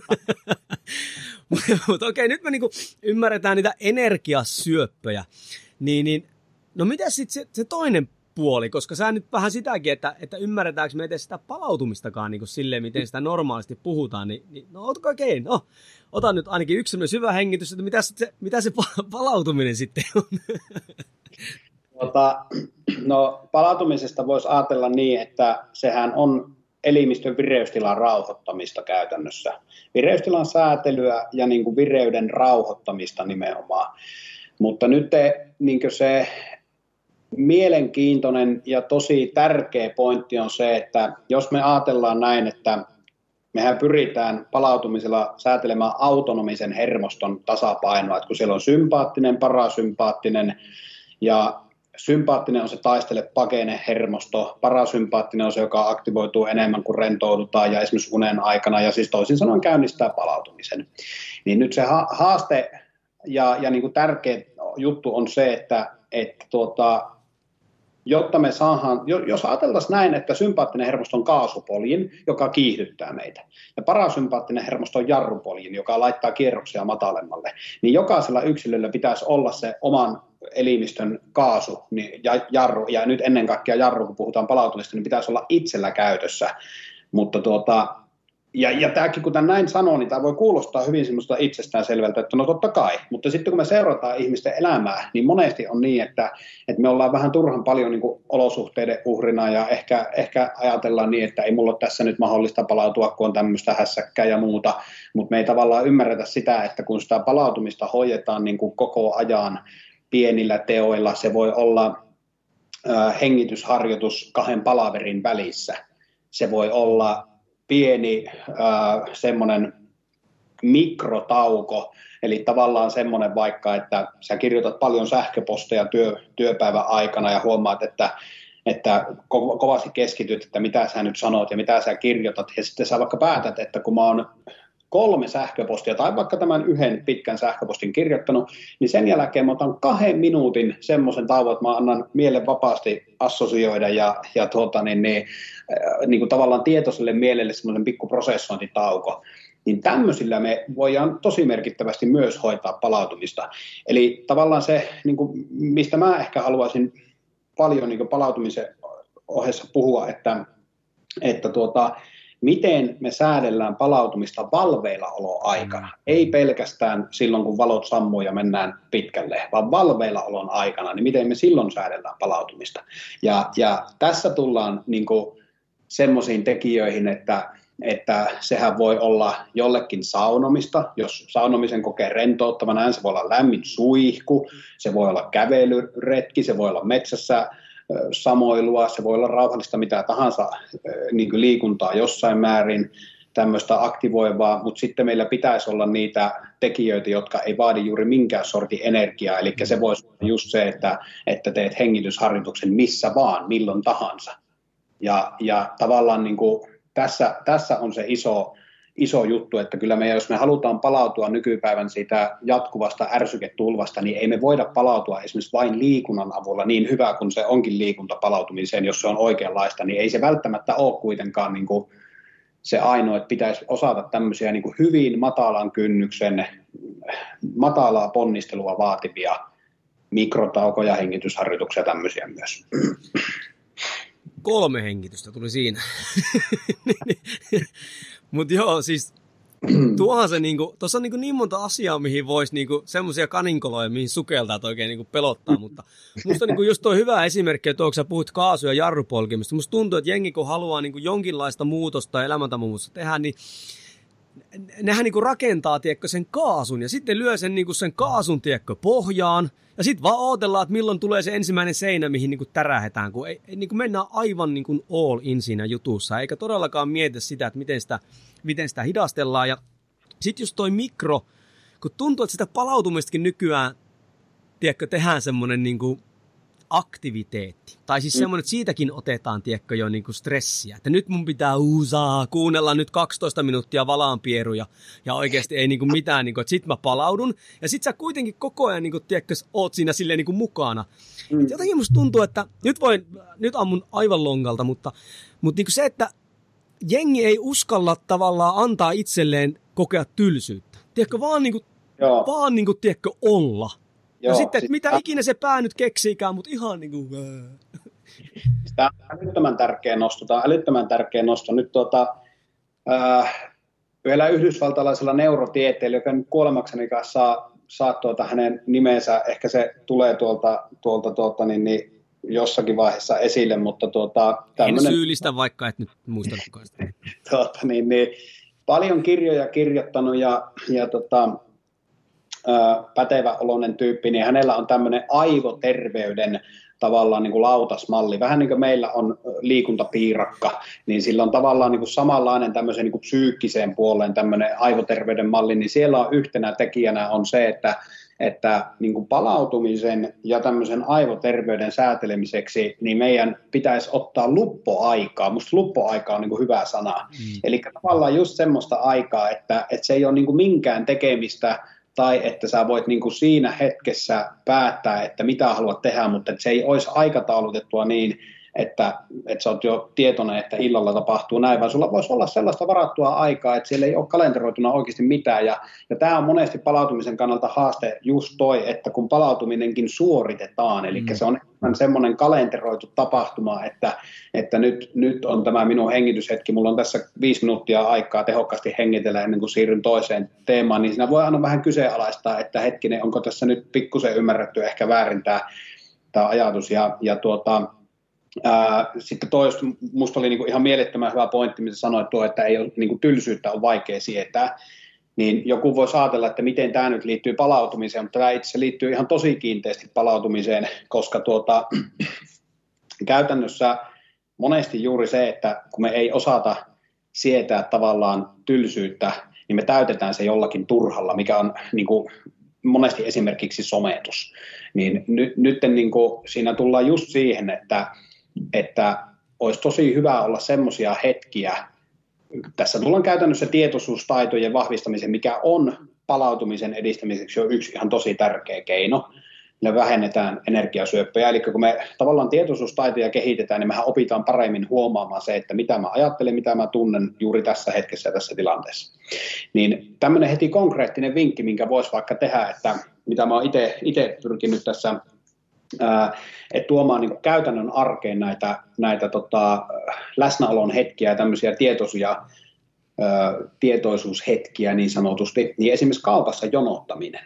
Mutta okei, nyt me ymmärretään niitä energiasyöppöjä. No mitä sitten se toinen puoli, koska sä nyt vähän sitäkin, että ymmärretäänkö me edes sitä palautumistakaan silleen, miten sitä normaalisti puhutaan, ota nyt ainakin yksi syvä hengitys, että mitä se palautuminen sitten on. No palautumisesta voisi ajatella niin, että sehän on elimistön vireystilan rauhoittamista käytännössä. Vireystilan säätelyä ja niin kuin vireyden rauhoittamista nimenomaan. Mutta nyt niin kuin se mielenkiintoinen ja tosi tärkeä pointti on se, että jos me ajatellaan näin, että mehän pyritään palautumisella säätelemään autonomisen hermoston tasapainoa, että kun siellä on sympaattinen, parasympaattinen ja sympaattinen on se taistele pakene hermosto, parasympaattinen on se, joka aktivoituu enemmän kuin rentoudutaan ja esimerkiksi unen aikana ja siis toisin sanoen käynnistää palautumisen. Niin nyt se haaste ja niin kuin tärkeä juttu on se, että jotta me saadaan, jos ajateltaisiin näin, että sympaattinen hermosto on kaasupoljin, joka kiihdyttää meitä, ja parasympaattinen hermosto on jarrupoljin, joka laittaa kierroksia matalemmalle, niin jokaisella yksilöllä pitäisi olla se oman elimistön kaasu ja jarru, ja nyt ennen kaikkea jarru, kun puhutaan palautumista, niin pitäisi olla itsellä käytössä, mutta ja tämäkin, kun tämän näin sanoo, niin tämä voi kuulostaa hyvin semmoista itsestäänselvältä, että no totta kai, mutta sitten kun me seurataan ihmisten elämää, niin monesti on niin, että me ollaan vähän turhan paljon niin kuin olosuhteiden uhrina ja ehkä ajatellaan niin, että ei mulla ole tässä nyt mahdollista palautua, kun on tämmöistä hässäkkää ja muuta, mutta me ei tavallaan ymmärretä sitä, että kun sitä palautumista hoidetaan niin kuin koko ajan pienillä teoilla, se voi olla hengitysharjoitus 2 palaverin välissä, se voi olla pieni semmoinen mikrotauko, eli tavallaan semmoinen vaikka, että sä kirjoitat paljon sähköposteja työpäivän aikana ja huomaat, että kovasti keskityt, että mitä sä nyt sanot ja mitä sä kirjoitat, ja sitten sä vaikka päätät, että kun mä oon 3 sähköpostia tai vaikka tämän 1 pitkän sähköpostin kirjoittanut, niin sen jälkeen mä otan 2 minuutin semmoisen tauon, että mä annan mielen vapaasti assosioida ja niin kuin tavallaan tietoiselle mielelle semmoisen pikkuprosessointitauko. Niin tämmöisillä me voidaan tosi merkittävästi myös hoitaa palautumista. Eli tavallaan se, niin kuin, mistä mä ehkä haluaisin paljon niin kuin palautumisen ohessa puhua, että miten me säädellään palautumista valveillaoloaikana. Ei pelkästään silloin, kun valot sammuu ja mennään pitkälle, vaan valveillaolon aikana, niin miten me silloin säädellään palautumista. Ja tässä tullaan niin kuin semmoisiin tekijöihin, että sehän voi olla jollekin saunomista, jos saunomisen kokee rentouttavana, se voi olla lämmin suihku, se voi olla kävelyretki, se voi olla metsässä samoilua, se voi olla rauhallista mitä tahansa niin kuin liikuntaa jossain määrin, tämmöistä aktivoivaa, mutta sitten meillä pitäisi olla niitä tekijöitä, jotka ei vaadi juuri minkään sortin energiaa, eli se voisi olla just se, että teet hengitysharjoituksen missä vaan, milloin tahansa. Ja tavallaan niin kuin tässä on se iso juttu, että kyllä jos me halutaan palautua nykypäivän siitä jatkuvasta ärsyketulvasta, niin ei me voida palautua esimerkiksi vain liikunnan avulla niin hyvä kuin se onkin liikunta palautumiseen, jos se on oikeanlaista, niin ei se välttämättä ole kuitenkaan niin kuin se ainoa, että pitäisi osata tämmöisiä niin kuin hyvin matalan kynnyksen, matalaa ponnistelua vaativia mikrotaukoja, hengitysharjoituksia tämmöisiä myös. 3 hengitystä tuli siinä. Mutta joo, siis tuohan se tuossa on niin monta asiaa, mihin voisi semmoisia kaninkoloja, mihin sukeltaa, että oikein pelottaa, mutta musta just toi hyvä esimerkki, että sä puhut kaasu- ja jarrupolkimista, musta tuntuu, että jengi kun haluaa jonkinlaista muutosta elämäntamuutosta tehdä, niin nehän rakentaa, tiedätkö, sen kaasun ja sitten lyö sen kaasun, tiedätkö, pohjaan ja sitten vaan odotellaan, että milloin tulee se ensimmäinen seinä, mihin tärähetään, kun ei mennään aivan all in siinä jutussa, eikä todellakaan mietitä sitä, että miten sitä hidastellaan. Ja sitten just toi mikro, kun tuntuu, että sitä palautumistakin nykyään, tiedätkö, tehdään semmoinen aktiviteetti. Tai siis semmoinen, että siitäkin otetaan, tiedätkö, jo stressiä. Että nyt mun pitää kuunnella nyt 12 minuuttia valaanpieruja ja oikeasti ei mitään, että sit mä palaudun. Ja sit sä kuitenkin koko ajan, tiedätkö, oot siinä silleen mukana. Jotenkin musta tuntuu, että nyt ammun aivan lonkalta, mutta se, että jengi ei uskalla tavallaan antaa itselleen kokea tylsyyttä. Tiedätkö, vaan tiedätkö, olla. Ja sitten, että mitä ikinä se pää nyt keksiikään, mutta ihan Tämä on älyttömän tärkeä nosto. Nyt yhdellä yhdysvaltalaisella neurotieteilijällä, joka nyt kuolemakseni kanssa saa hänen nimensä, ehkä se tulee tuolta niin jossakin vaiheessa esille, mutta En syyllistä, vaikka et nyt muistanutkaan sitä. niin, paljon kirjoja kirjoittanut ja pätevä oloinen tyyppi, niin hänellä on tämmöinen aivoterveyden tavallaan niin kuin lautasmalli, vähän niin kuin meillä on liikuntapiirakka, niin sillä on tavallaan niin kuin samanlainen tämmöisen niin kuin psyykkiseen puoleen tämmöinen aivoterveyden malli, niin siellä on yhtenä tekijänä on se, että niin kuin palautumisen ja tämmöisen aivoterveyden säätelemiseksi, niin meidän pitäisi ottaa luppoaikaa. Musta luppoaika on niin kuin hyvä sana. Eli tavallaan just semmoista aikaa, että se ei ole niin kuin minkään tekemistä, tai että sä voit niin kuin siinä hetkessä päättää, että mitä haluat tehdä, mutta että se ei olisi aikataulutettua niin, että sä oot jo tietoinen, että illalla tapahtuu näin, vaan sulla voisi olla sellaista varattua aikaa, että siellä ei ole kalenteroituna oikeasti mitään. Ja tämä on monesti palautumisen kannalta haaste just toi, että kun palautuminenkin suoritetaan, eli se on semmoinen kalenteroitu tapahtuma, että nyt on tämä minun hengityshetki, mulla on tässä 5 minuuttia aikaa tehokkaasti hengitellä ennen kuin siirryn toiseen teemaan, niin siinä voi aina vähän kyseenalaistaa, että hetkinen, onko tässä nyt pikkusen ymmärretty ehkä väärin tämä ajatus, sitten toista, musta oli niinku ihan mielettömän hyvä pointti, mitä sanoit että ei ole, niinku tylsyyttä on vaikea sietää, niin joku voi ajatella, että miten tämä nyt liittyy palautumiseen, mutta tämä itse asiassa liittyy ihan tosi kiinteästi palautumiseen, koska käytännössä monesti juuri se, että kun me ei osata sietää tavallaan tylsyyttä, niin me täytetään se jollakin turhalla, mikä on niinku monesti esimerkiksi sometus. Niin nyt niinku, siinä tullaan just siihen, että olisi tosi hyvä olla semmoisia hetkiä, tässä tullaan käytännössä tietoisuustaitojen vahvistamiseen, mikä on palautumisen edistämiseksi jo yksi ihan tosi tärkeä keino, ja vähennetään energiasyöppöjä. Eli kun me tavallaan tietoisuustaitoja kehitetään, niin mehän opitaan paremmin huomaamaan se, että mitä mä ajattelen, mitä mä tunnen juuri tässä hetkessä ja tässä tilanteessa. Niin tämmöinen heti konkreettinen vinkki, minkä voisi vaikka tehdä, että mitä mä oon itse pyrkinyt tässä että tuomaan niin kuin käytännön arkeen näitä läsnäolon hetkiä ja tämmöisiä tietoisuushetkiä niin sanotusti, niin esimerkiksi kaupassa jonottaminen.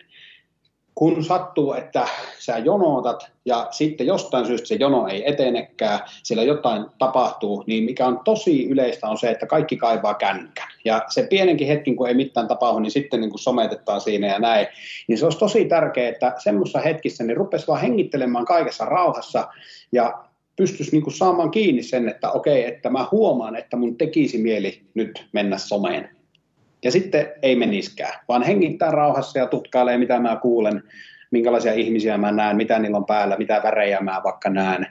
Kun sattuu, että sä jonotat ja sitten jostain syystä se jono ei etenekään, siellä jotain tapahtuu, niin mikä on tosi yleistä on se, että kaikki kaivaa kännykän. Ja se pienenkin hetkin, kun ei mitään tapahdu, niin sitten niin kuin sometetaan siinä ja näin. Niin se olisi tosi tärkeää, että semmoisessa hetkissä niin rupesi vaan hengittelemään kaikessa rauhassa ja pystyisi niin kuin saamaan kiinni sen, että okei, että mä huomaan, että mun tekisi mieli nyt mennä someen. Ja sitten ei meniskään, vaan hengittää rauhassa ja tutkailee, mitä mä kuulen, minkälaisia ihmisiä mä näen, mitä niillä on päällä, mitä värejä mä vaikka näen.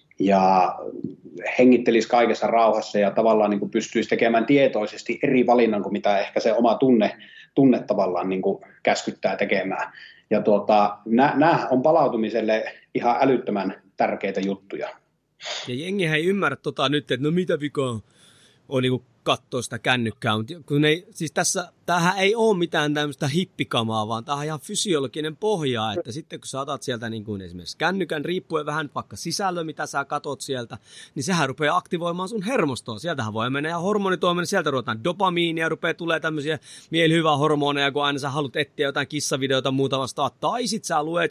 Ja hengittelisi kaikessa rauhassa ja tavallaan niin kuin pystyisi tekemään tietoisesti eri valinnan kuin mitä ehkä se oma tunne tavallaan niin kuin käskyttää tekemään. Ja nämä on palautumiselle ihan älyttömän tärkeitä juttuja. Ja jengihän ei ymmärrä nyt, että no mitä vikaa on niin katsoa sitä kännykkää, mutta kun siis tämähän ei ole mitään tämmöistä hippikamaa, vaan tämä on ihan fysiologinen pohja, että sitten kun sä otat sieltä niin kuin esimerkiksi kännykän, riippuen vähän vaikka sisällön, mitä sä katot sieltä, niin sehän rupeaa aktivoimaan sun hermostoa. Sieltähän voi mennä ja hormonitoiminen, sieltä ruvetaan dopamiinia, rupeaa tulee tämmöisiä mielihyvää hormoneja, kun aina sä haluat etsiä jotain kissavideota muuta vastaan, tai sit sä luet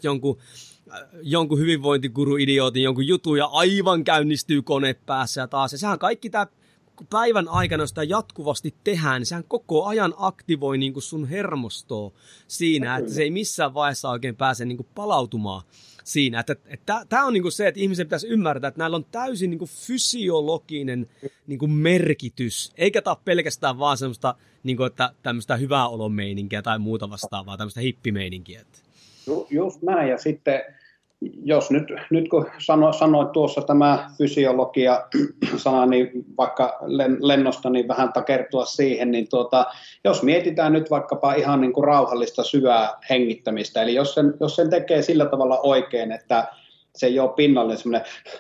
jonkun hyvinvointiguru-idiootin jonkun jutun ja aivan käynnistyy kone päässä ja taas. Ja sehän kaikki tämä päivän aikana, jos sitä jatkuvasti tehdään, niin sehän koko ajan aktivoi niin kuin sun hermostoa siinä, että se ei missään vaiheessa oikein pääse niin kuin palautumaan siinä. Tämä on niin kuin se, että ihmisen pitäisi ymmärtää, että näillä on täysin niin kuin fysiologinen niin kuin merkitys, eikä tämä ole pelkästään vaan semmoista niin kuin, että tämmöistä hyvää olomeininkiä tai muuta vastaavaa, tämmöistä hippimeininkiä. Just näin, ja sitten jos nyt kun sanoit tuossa tämä fysiologia-sana, niin vaikka lennosta niin vähän takertua siihen, niin jos mietitään nyt vaikkapa ihan niin kuin rauhallista syvää hengittämistä, eli jos sen tekee sillä tavalla oikein, että se ei ole pinnallinen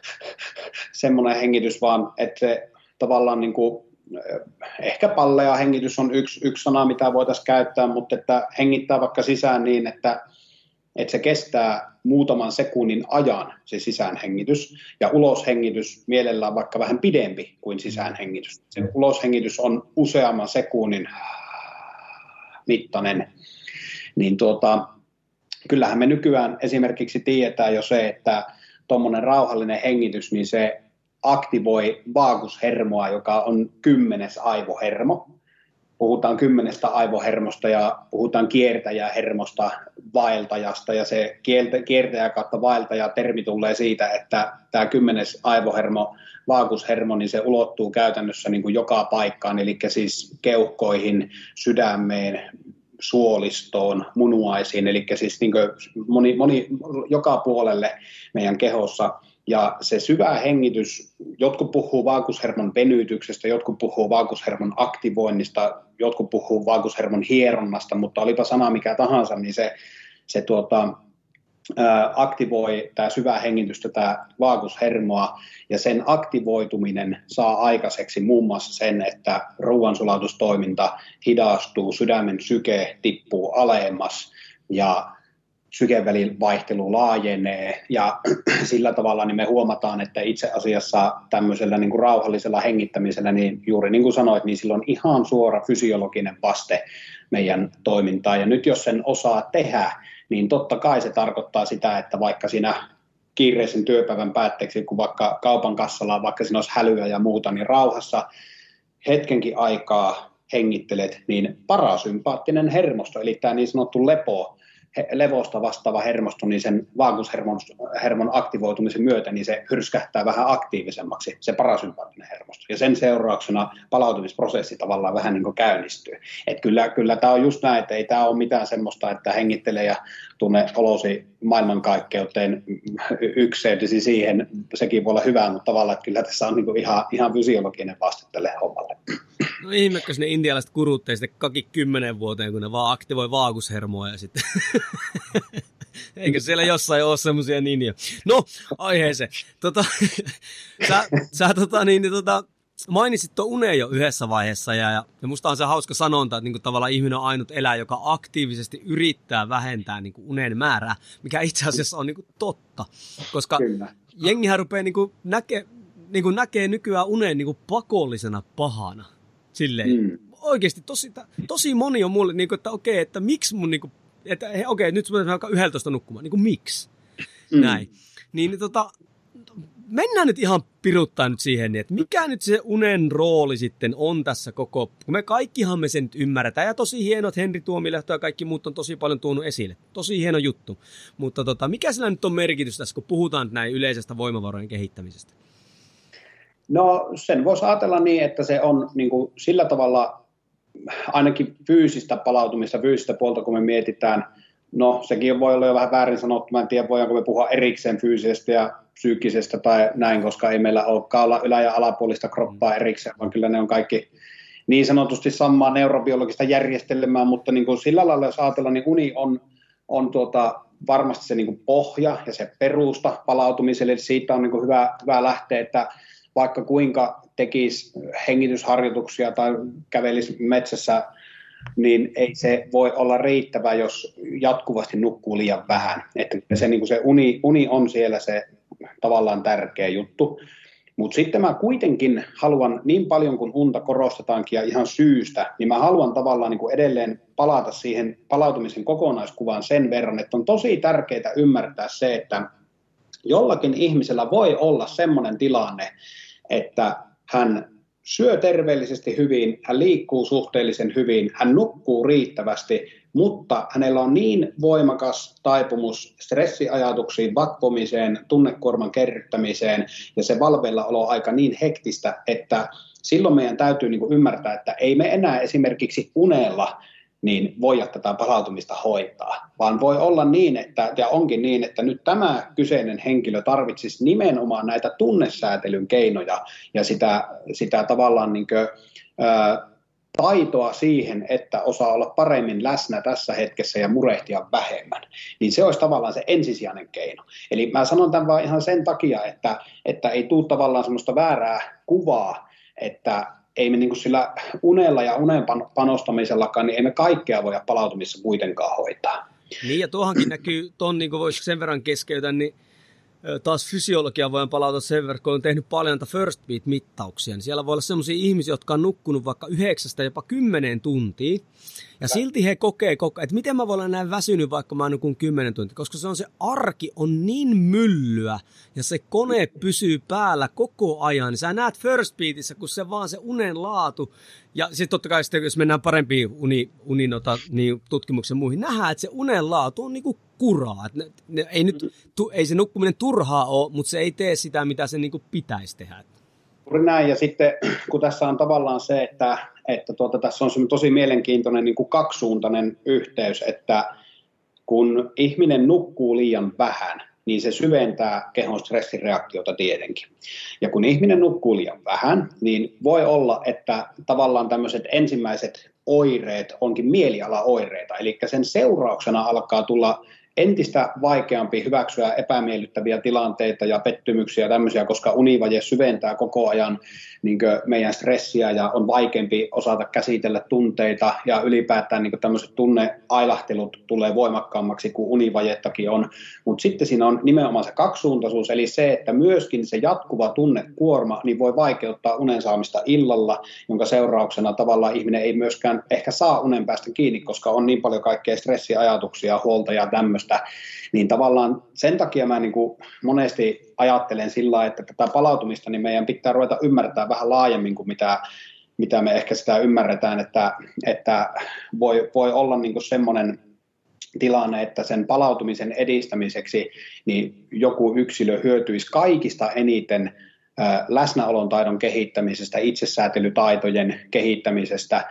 semmoinen hengitys, vaan että se tavallaan niin kuin, ehkä pallea hengitys on yksi sana, mitä voitaisiin käyttää, mutta että hengittää vaikka sisään niin, että se kestää muutaman sekunnin ajan se sisäänhengitys, ja uloshengitys mielellään vaikka vähän pidempi kuin sisäänhengitys. Se uloshengitys on useamman sekunnin mittainen. Niin kyllähän me nykyään esimerkiksi tiedetään jo se, että tuommoinen rauhallinen hengitys, niin se aktivoi vaagushermoa, joka on 10. aivohermo. Puhutaan 10 aivohermosta ja puhutaan kiertäjähermosta, vaeltajasta, ja se kiertäjä kautta vaeltaja termi tulee siitä, että tämä 10. aivohermo, vaagushermo, niin se ulottuu käytännössä niin kuin joka paikkaan, eli siis keuhkoihin, sydämeen, suolistoon, munuaisiin, eli siis niin kuin moni joka puolelle meidän kehossa. Ja se syvä hengitys, jotkut puhuu vaagushermon venytyksestä, jotkut puhuu vaagushermon aktivoinnista, jotkut puhuu vaagushermon hieronnasta, mutta olipa sana mikä tahansa, niin se aktivoi tämä syvä hengitys tätä vaagushermoa, ja sen aktivoituminen saa aikaiseksi muun muassa sen, että ruoansulatustoiminta hidastuu, sydämen syke tippuu alemmas ja sykevälin vaihtelu laajenee, ja sillä tavalla niin me huomataan, että itse asiassa tämmöisellä niin kuin rauhallisella hengittämisellä, niin juuri niin kuin sanoit, niin sillä on ihan suora fysiologinen vaste meidän toimintaan, ja nyt jos sen osaa tehdä, niin totta kai se tarkoittaa sitä, että vaikka siinä kiireisen työpäivän päätteeksi, kun vaikka kaupan kassalla, vaikka siinä olisi hälyä ja muuta, niin rauhassa hetkenkin aikaa hengittelet, niin parasympaattinen hermosto, eli tämä niin sanottu levosta vastaava hermosto, niin sen vaagushermon aktivoitumisen myötä, niin se hyrskähtää vähän aktiivisemmaksi, se parasympaattinen hermosto. Ja sen seurauksena palautumisprosessi tavallaan vähän niin kuin käynnistyy. Et kyllä tämä on just näin, että ei tämä ole mitään semmoista, että hengittelee ja tunne olosi maailmankaikkeuteen ykseytisi siihen, sekin voi olla hyvä, mutta tavallaan, että kyllä tässä on niin kuin ihan fysiologinen vaste tälle hommalle. No ihmekö ne intialaiset kuruttei sitten kaki 10 vuoteen, kun ne vaan aktivoi vaagushermoa ja sitten... Eikö siellä jossain ole semmoisia ninjoja? No, aiheeseen. Sä mainitsit tuon unen jo yhdessä vaiheessa, ja musta on se hauska sanonta, että niinku tavallaan ihminen on ainut eläin, joka aktiivisesti yrittää vähentää niinku unen määrää, mikä itse asiassa on niinku totta, koska jengihän rupeaa näkee nykyään unen niinku pakollisena pahana. Silleen, oikeasti tosi moni on mulle, niinku, että okei, että miksi mun, niinku, että okei, nyt mä vaikka 11 nukkumaan, niinku miksi? Näin. Mennään nyt ihan piruttaa nyt siihen, että mikä nyt se unen rooli sitten on tässä koko, kun me kaikkihan me sen nyt ymmärretään, ja tosi hieno, että Henri Tuomilehto ja kaikki muut on tosi paljon tuonut esille, tosi hieno juttu, mutta mikä sillä nyt on merkitys tässä, kun puhutaan näin yleisestä voimavarojen kehittämisestä? No sen voisi ajatella niin, että se on niin kuin sillä tavalla ainakin fyysistä palautumista, fyysistä puolta, kun me mietitään, no sekin voi olla jo vähän väärin sanottu, mä en tiedä voidaanko me puhua erikseen fyysisestä ja psyykkisestä tai näin, koska ei meillä olekaan olla ylä- ja alapuolista kroppaa erikseen, vaan kyllä ne on kaikki niin sanotusti samaa neurobiologista järjestelmää, mutta niin kuin sillä lailla jos ajatellaan, niin uni on varmasti se niin kuin pohja ja se perusta palautumiselle, eli siitä on niin kuin hyvä lähteä, että vaikka kuinka tekisi hengitysharjoituksia tai kävelisi metsässä, niin ei se voi olla riittävä, jos jatkuvasti nukkuu liian vähän. Että se, niin kuin se uni on siellä se tavallaan tärkeä juttu. Mutta sitten mä kuitenkin haluan, niin paljon kuin unta korostetaankin ja ihan syystä, niin mä haluan tavallaan niin kuin edelleen palata siihen palautumisen kokonaiskuvaan sen verran, että on tosi tärkeää ymmärtää se, että jollakin ihmisellä voi olla semmoinen tilanne, että hän syö terveellisesti hyvin, hän liikkuu suhteellisen hyvin, hän nukkuu riittävästi, mutta hänellä on niin voimakas taipumus stressiajatuksiin, vatvomiseen, tunnekuorman kerryttämiseen ja se valveillaolo aika niin hektistä, että silloin meidän täytyy niin kuin ymmärtää, että ei me enää esimerkiksi unella niin voida tätä palautumista hoitaa, vaan voi olla niin, ja onkin niin, että nyt tämä kyseinen henkilö tarvitsisi nimenomaan näitä tunnesäätelyn keinoja ja sitä tavallaan niin kuin, taitoa siihen, että osaa olla paremmin läsnä tässä hetkessä ja murehtia vähemmän, niin se olisi tavallaan se ensisijainen keino. Eli mä sanon tämän vaan ihan sen takia, että ei tule tavallaan semmoista väärää kuvaa, että ei me niin kuin sillä unella ja unen panostamisellakaan, niin ei me kaikkea voida palautumissa kuitenkaan hoitaa. Niin ja tuohankin näkyy, niin kuin voisi sen verran keskeytä, niin taas fysiologiaa voin palauta sen verran, kun olen tehnyt paljon first beat-mittauksia, niin siellä voi olla sellaisia ihmisiä, jotka on nukkunut vaikka 9 jopa 10 tuntia, ja silti he kokee, että miten mä voin olla näin väsynyt, vaikka mä nukun 10 tuntia, koska se arki on niin myllyä, ja se kone pysyy päällä koko ajan, niin sä näet first beatissä, kun se vaan se unen laatu, ja sitten totta kai sitten, jos mennään parempiin niin tutkimuksen muihin, nähdään, että se unen laatu on niinku kuraa. Ei se nukkuminen turhaa ole, mutta se ei tee sitä, mitä se niinku pitäisi tehdä. Juuri näin, ja sitten kun tässä on tavallaan se, että tässä on tosi mielenkiintoinen niin kuin kaksisuuntainen yhteys, että kun ihminen nukkuu liian vähän, niin se syventää kehon stressireaktiota tietenkin. Ja kun ihminen nukkuu liian vähän, niin voi olla, että tavallaan tämmöiset ensimmäiset oireet onkin mielialaoireita, eli sen seurauksena alkaa tulla entistä vaikeampi hyväksyä epämiellyttäviä tilanteita ja pettymyksiä ja tämmöisiä, koska univaje syventää koko ajan niin meidän stressiä ja on vaikeampi osata käsitellä tunteita ja ylipäätään niin tämmöiset tunneailahtelut tulee voimakkaammaksi kuin univajettakin on. Mutta sitten siinä on nimenomaan se kaksisuuntaisuus, eli se, että myöskin se jatkuva tunnekuorma niin voi vaikeuttaa unen saamista illalla, jonka seurauksena tavallaan ihminen ei myöskään ehkä saa unen päästä kiinni, koska on niin paljon kaikkea stressiajatuksia, huolta ja tämmöistä. Niin tavallaan sen takia mä niin kuin monesti ajattelen sillä lailla, että tätä palautumista niin meidän pitää ruveta ymmärtää vähän laajemmin kuin mitä me ehkä sitä ymmärretään, että voi olla niin kuin semmoinen tilanne, että sen palautumisen edistämiseksi niin joku yksilö hyötyisi kaikista eniten läsnäolon taidon kehittämisestä, itsesäätelytaitojen kehittämisestä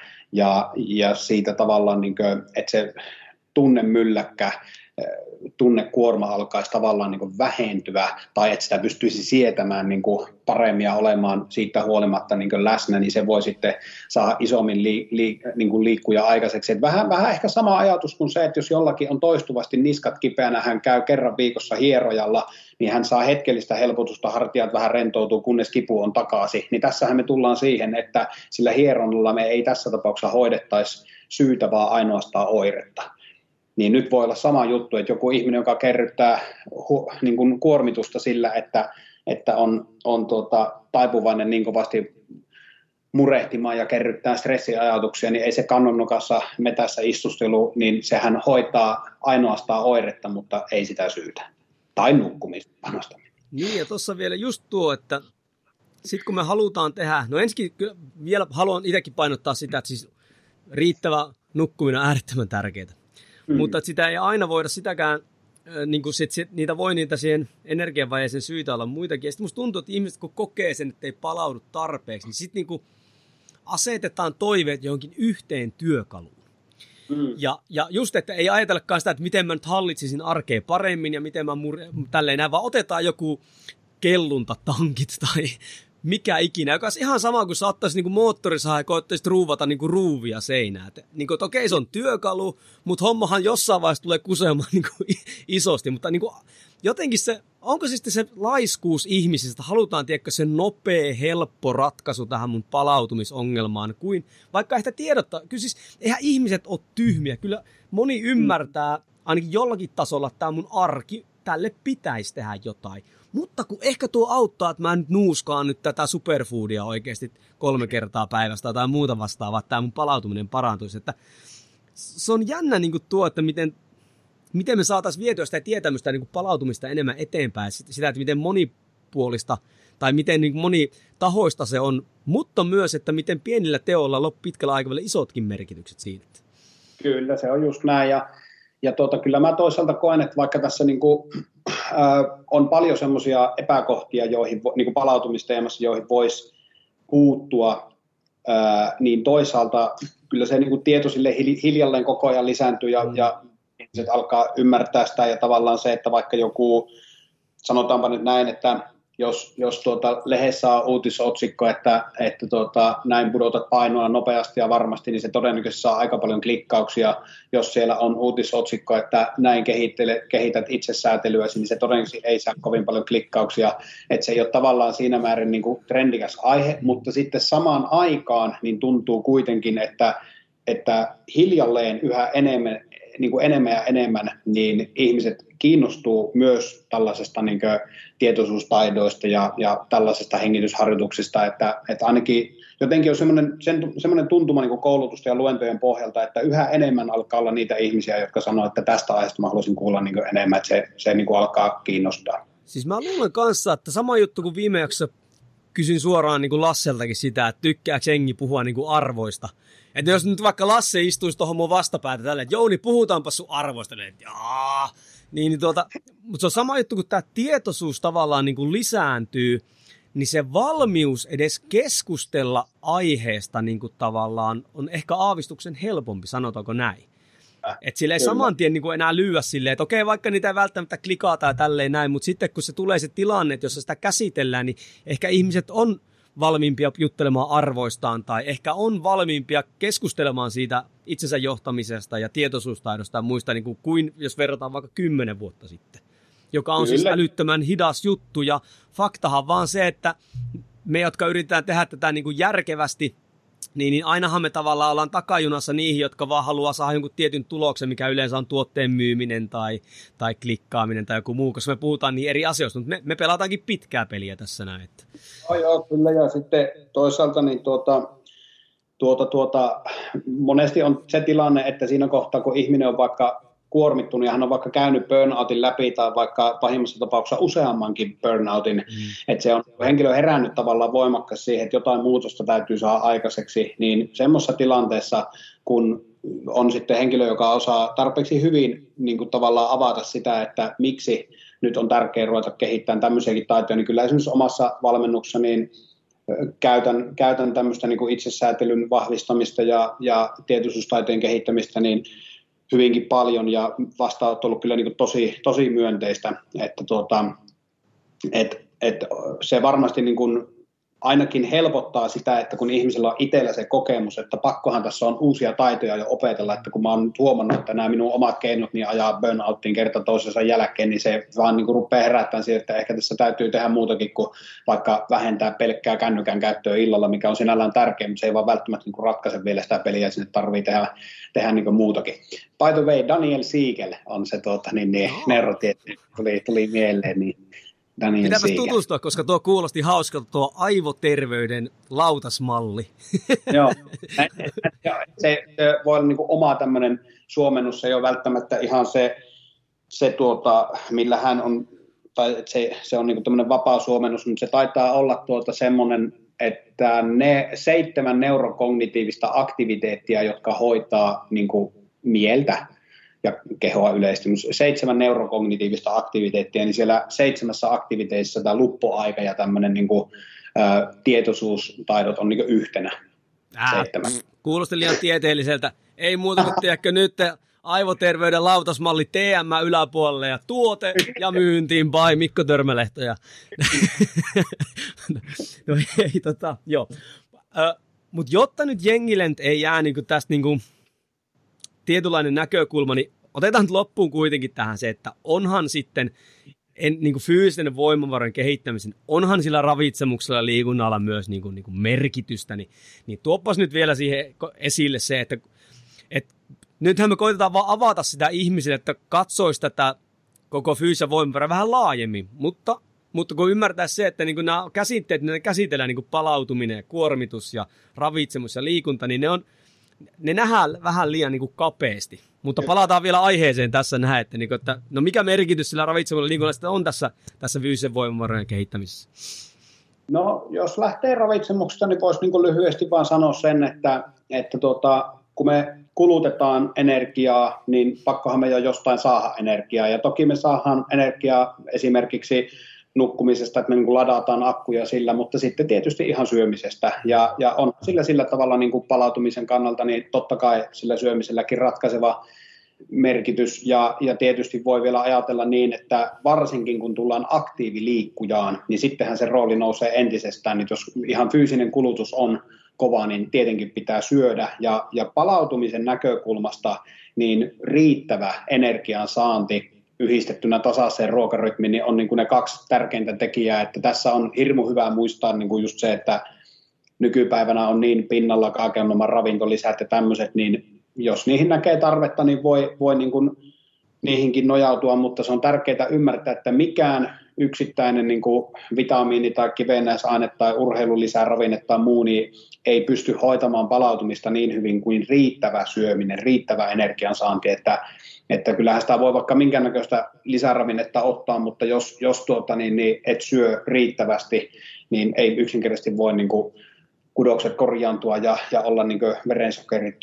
ja siitä tavallaan, niin kuin, että se tunnemylläkkä, tunnekuorma alkaisi tavallaan niin kuin vähentyä tai että sitä pystyisi sietämään niin kuin paremmin ja olemaan siitä huolimatta niin kuin läsnä, niin se voi sitten saada isommin niin kuin liikkuja aikaiseksi. Vähän ehkä sama ajatus kuin se, että jos jollakin on toistuvasti niskat kipeänä, hän käy kerran viikossa hierojalla, niin hän saa hetkellistä helpotusta, hartiat vähän rentoutuu, kunnes kipu on takaisin. Niin tässähän me tullaan siihen, että sillä hieronnalla me ei tässä tapauksessa hoidettaisi syytä, vaan ainoastaan oiretta. Niin nyt voi olla sama juttu, että joku ihminen, joka kerryttää niin kuin kuormitusta sillä, että on taipuvainen niin kovasti murehtimaan ja kerryttää stressiajatuksia, niin ei se kannonnokassa metässä istustelu, niin sehän hoitaa ainoastaan oiretta, mutta ei sitä syytä. Tai nukkumista panostamista. Niin, ja tuossa vielä just tuo, että sitten kun me halutaan tehdä, no ensinnäkin vielä haluan itsekin painottaa sitä, että siis riittävä nukkuminen on äärettömän tärkeää. Mutta sitä ei aina voida sitäkään, niin kuin niitä voi niitä siihen energiavajeeseen syitä olla muitakin. Ja sitten musta tuntuu, että ihmiset kun kokee sen, että ei palaudu tarpeeksi, niin sitten niin asetetaan toiveet johonkin yhteen työkaluun. Ja just, että ei ajatellakaan sitä, että miten mä nyt hallitsisin arkea paremmin ja miten mä tälleen näin, vaan otetaan joku kelluntatankit tai mikä ikinä, joka on ihan sama kuin sä ottaisit niinku moottorisahan ja koettaisit ruuvata niinku ruuvia seinää. Niinku, okei, se on työkalu, mutta hommahan jossain vaiheessa tulee kusemaan niinku isosti, mutta niinku, jotenkin se, onko se sitten se laiskuus ihmisistä, halutaan tiedäkö se nopea, helppo ratkaisu tähän mun palautumisongelmaan, kuin vaikka ehkä tiedottaa, kyllä siis eihän ihmiset ole tyhmiä, kyllä moni ymmärtää ainakin jollakin tasolla, että tämä mun arki, tälle pitäisi tehdä jotain. Mutta kun ehkä tuo auttaa, että mä nyt nuuskaan nyt tätä superfoodia oikeasti 3 kertaa päivästä tai muuta vastaavaa, että tämä mun palautuminen parantuisi. Että se on jännä niin kuin tuo, että miten me saataisiin vietyä sitä tietämystä niin kuin palautumista enemmän eteenpäin. Sitä, että miten monipuolista tai miten niin kuin monitahoista se on, mutta myös, että miten pienillä teoilla on pitkällä aikavälillä isotkin merkitykset siinä. Kyllä, se on just näin. Ja kyllä mä toisaalta koen, että vaikka tässä niin kuin, on paljon semmoisia epäkohtia, joihin niin kuin palautumisteemassa, joihin voisi puuttua, niin toisaalta kyllä se niin kuin tieto sille hiljalleen koko ajan lisääntyy ja ihmiset alkaa ymmärtää sitä ja tavallaan se, että vaikka joku, sanotaanpa nyt näin, että jos lehdessä on uutisotsikko, että näin pudotat painoa nopeasti ja varmasti, niin se todennäköisesti saa aika paljon klikkauksia. Jos siellä on uutisotsikko, että näin kehität itsesäätelyäsi, niin se todennäköisesti ei saa kovin paljon klikkauksia. Että se ei ole tavallaan siinä määrin niin kuin trendikäs aihe, mutta sitten samaan aikaan niin tuntuu kuitenkin, että hiljalleen yhä enemmän ja enemmän niin ihmiset kiinnostuu myös tällaisesta niin kuin tietoisuustaidoista ja tällaisesta hengitysharjoituksista, että ainakin jotenkin on semmoinen tuntuma niin kuin koulutusta ja luentojen pohjalta, että yhä enemmän alkaa olla niitä ihmisiä, jotka sanoo, että tästä aiheesta mä haluaisin kuulla niin kuin enemmän, että se niin kuin alkaa kiinnostaa. Siis mä luulen kanssa, että sama juttu kuin viime jaksossa kysyn suoraan niin kuin Lasseltakin sitä, että tykkääkö jengi puhua niin kuin arvoista. Että jos nyt vaikka Lasse istuisi tuohon mun vastapäätä tälleen, että Jouni, puhutaanpa sun arvoista, että mutta se on sama juttu, kun tämä tietoisuus tavallaan niin kuin lisääntyy, niin se valmius edes keskustella aiheesta niin kuin tavallaan on ehkä aavistuksen helpompi, sanotaanko näin. Että sillä ei saman tien niin kuin enää lyödä silleen, että okei, vaikka niitä ei välttämättä klikata ja tälleen näin, mutta sitten kun se tulee se tilanne, että jos sitä käsitellään, niin ehkä ihmiset on valmiimpia juttelemaan arvoistaan tai ehkä on valmiimpia keskustelemaan siitä itsensä johtamisesta ja tietoisuustaidosta ja muista, niin kuin jos verrataan vaikka 10 vuotta sitten, joka on siis älyttömän hidas juttu. Ja faktahan vaan se, että me, jotka yritetään tehdä tätä niin kuin järkevästi, niin ainahan me tavallaan ollaan takajunassa niihin, jotka vaan haluaa saada jonkun tietyn tuloksen, mikä yleensä on tuotteen myyminen tai klikkaaminen tai joku muu, koska me puhutaan niin eri asioista, mutta me pelataankin pitkää peliä tässä näin. Joo, kyllä, ja sitten toisaalta niin monesti on se tilanne, että siinä kohtaa, kun ihminen on vaikka kuormittunut ja hän on vaikka käynyt burnoutin läpi tai vaikka pahimmassa tapauksessa useammankin burnoutin, että se on henkilö herännyt tavallaan voimakkaasti siihen, että jotain muutosta täytyy saada aikaiseksi, niin semmoisessa tilanteessa, kun on sitten henkilö, joka osaa tarpeeksi hyvin niin kuin tavallaan avata sitä, että miksi nyt on tärkeää ruveta kehittämään tämmöisiäkin taitoja, niin kyllä esimerkiksi omassa valmennuksessa niin käytän tämmöistä niin kuin itsesäätelyn vahvistamista ja tietoisuustaitojen kehittämistä niin hyvinkin paljon, ja vastaanotto on ollut kyllä niin kuin tosi myönteistä, että se varmasti niin kuin ainakin helpottaa sitä, että kun ihmisellä on itsellä se kokemus, että pakkohan tässä on uusia taitoja jo opetella, että kun mä oon nyt huomannut, että nämä minun omat keinot niin ajaa burnouttiin kerta toisensa jälkeen, niin se vaan niin kuin rupeaa herättämään siihen, että ehkä tässä täytyy tehdä muutakin kuin vaikka vähentää pelkkää kännykän käyttöä illalla, mikä on sinällään tärkeä, mutta se ei vaan välttämättä niin kuin ratkaise vielä sitä peliä, sinne tarvii tehdä niin kuin muutakin. By the way, Daniel Siegel on se neurotieteen, tuli mieleen, niin Pitääpäs tutustua, koska tuo kuulosti hauskalta, tuo aivoterveyden lautasmalli. Joo, se voi olla niin kuin oma tämmöinen suomennus, se ei ole välttämättä ihan se millä hän on, tai se on niin kuin tämmöinen vapaa suomennus, mutta se taitaa olla semmoinen, että ne 7 neurokognitiivista aktiviteettia, jotka hoitaa niin kuin mieltä ja kehoa yleisesti, 7 neurokognitiivista aktiviteettia, niin siellä 7 aktiviteetissa tämä luppoaika ja tämmöinen niin kuin, tietoisuustaidot on niin kuin yhtenä 7. Kuulosti liian tieteelliseltä. Ei muuta kuin tiedätkö nyt aivoterveyden lautasmalli TM yläpuolelle ja tuote ja myyntiin by Mikko Törmälehto. No ei joo. Mutta jotta nyt jengille ei jää niinku tästä niinku tietynlainen näkökulma, niin otetaan nyt loppuun kuitenkin tähän se, että onhan sitten niin kuin fyysisen voimavarojen kehittämisen, onhan sillä ravitsemuksella ja liikunnalla myös niin kuin merkitystä, niin tuoppas nyt vielä siihen esille se, että nythän me koitetaan vaan avata sitä ihmisille, että katsoisi tätä koko fyysisen voimavaroja vähän laajemmin, mutta kun ymmärtää se, että niin kuin nämä käsitteet, ne käsitellään niin kuin palautuminen ja kuormitus ja ravitsemus ja liikunta, niin ne nähdään vähän liian niin kuin kapeasti. Mutta palataan vielä aiheeseen tässä nähdä, että no mikä merkitys sillä ravitsemuksella liikunnalla on tässä fyysisen voimavarojen kehittämisessä? No jos lähtee ravitsemuksesta, niin voisi niin kuin lyhyesti vaan sanoa sen, että kun me kulutetaan energiaa, niin pakkohan me jo jostain saada energiaa. Ja toki me saadaan energiaa esimerkiksi nukkumisesta, että me niin kuin ladataan akkuja sillä, mutta sitten tietysti ihan syömisestä. Ja on sillä tavalla niin kuin palautumisen kannalta, niin totta kai sillä syömiselläkin ratkaiseva merkitys. Ja tietysti voi vielä ajatella niin, että varsinkin kun tullaan aktiiviliikkujaan, niin sittenhän se rooli nousee entisestään. Niin jos ihan fyysinen kulutus on kova, niin tietenkin pitää syödä. Ja palautumisen näkökulmasta niin riittävä energian saanti yhdistettynä tasaiseen ruokarytmiin, niin on niin kuin ne 2 tärkeintä tekijää, että tässä on hirmu hyvä muistaa niin kuin just se, että nykypäivänä on niin pinnalla kaakeamman ravintolisät ja tämmöiset, niin jos niihin näkee tarvetta, niin voi niin kuin niihinkin nojautua, mutta se on tärkeää ymmärtää, että mikään yksittäinen niin kuin vitamiini tai kivennäisaine tai urheilulisäravinne tai muu niin ei pysty hoitamaan palautumista niin hyvin kuin riittävä syöminen, riittävä energiansaanti, että kyllähän sitä voi vaikka minkäännäköistä lisäravinnetta ottaa, mutta jos niin et syö riittävästi, niin ei yksinkertaisesti voi niin kuin kudokset korjaantua ja olla niin kuin verensokerit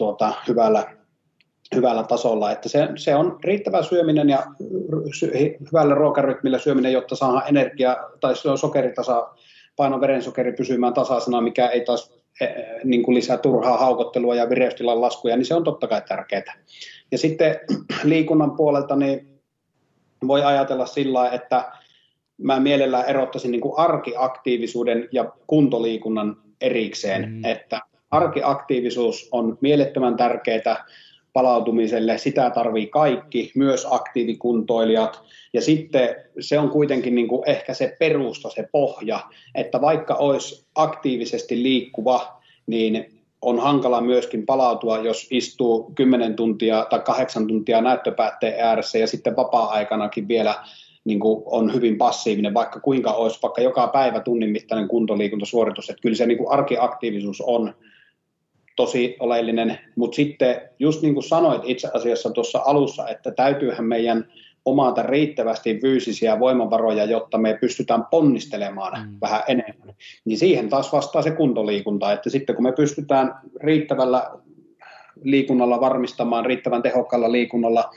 hyvällä tasolla, että se on riittävä syöminen ja hyvällä ruokarytmillä syöminen, jotta saadaan energiaa tai paino verensokeri pysymään tasaisena, mikä ei taas niin kuin lisää turhaa haukottelua ja vireystilan laskuja, niin se on totta kai tärkeää. Ja sitten liikunnan puolelta niin voi ajatella sillä lailla, että mä mielellään erottaisin niin kuin arkiaktiivisuuden ja kuntoliikunnan erikseen, että arkiaktiivisuus on mielettömän tärkeää palautumiselle, sitä tarvii kaikki, myös aktiivikuntoilijat, ja sitten se on kuitenkin niin kuin ehkä se perusta, se pohja, että vaikka olisi aktiivisesti liikkuva, niin on hankala myöskin palautua, jos istuu 10 tuntia tai 8 tuntia näyttöpäätteen ääressä ja sitten vapaa-aikanakin vielä niin kuin on hyvin passiivinen, vaikka kuinka olisi vaikka joka päivä tunnin mittainen kuntoliikuntasuoritus, että kyllä se niin kuin arkiaktiivisuus on tosi oleellinen, mutta sitten just niin kuin sanoit itse asiassa tuossa alussa, että täytyyhän meidän omata riittävästi fyysisiä voimavaroja, jotta me pystytään ponnistelemaan vähän enemmän, niin siihen taas vastaa se kuntoliikunta, että sitten kun me pystytään riittävällä liikunnalla varmistamaan, riittävän tehokkaalla liikunnalla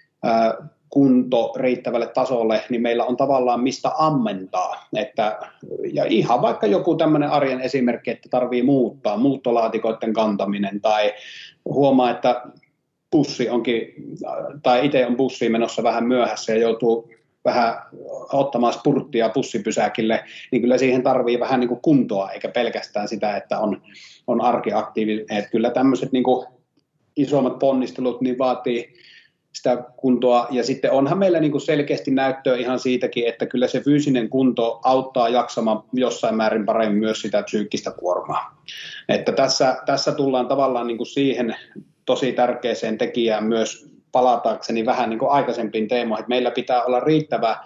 kunto riittävälle tasolle, niin meillä on tavallaan mistä ammentaa. Ja ihan vaikka joku tämmöinen arjen esimerkki, että tarvii muuttaa, muuttolaatikoiden kantaminen tai huomaa, että bussi onkin, tai itse on bussiin menossa vähän myöhässä ja joutuu vähän ottamaan spurttia bussipysäkille, niin kyllä siihen tarvii vähän niin kuin kuntoa, eikä pelkästään sitä, että on arkiaktiivinen. Että kyllä tämmöiset niin kuin isommat ponnistelut niin vaatii sitä kuntoa, ja sitten onhan meillä niin kuin selkeästi näyttöä ihan siitäkin, että kyllä se fyysinen kunto auttaa jaksamaan jossain määrin paremmin myös sitä psyykkistä kuormaa. Että tässä tullaan tavallaan niin kuin siihen tosi tärkeäseen tekijään myös palatakseni vähän niin kuin aikaisempiin teemoihin, että meillä pitää olla riittävä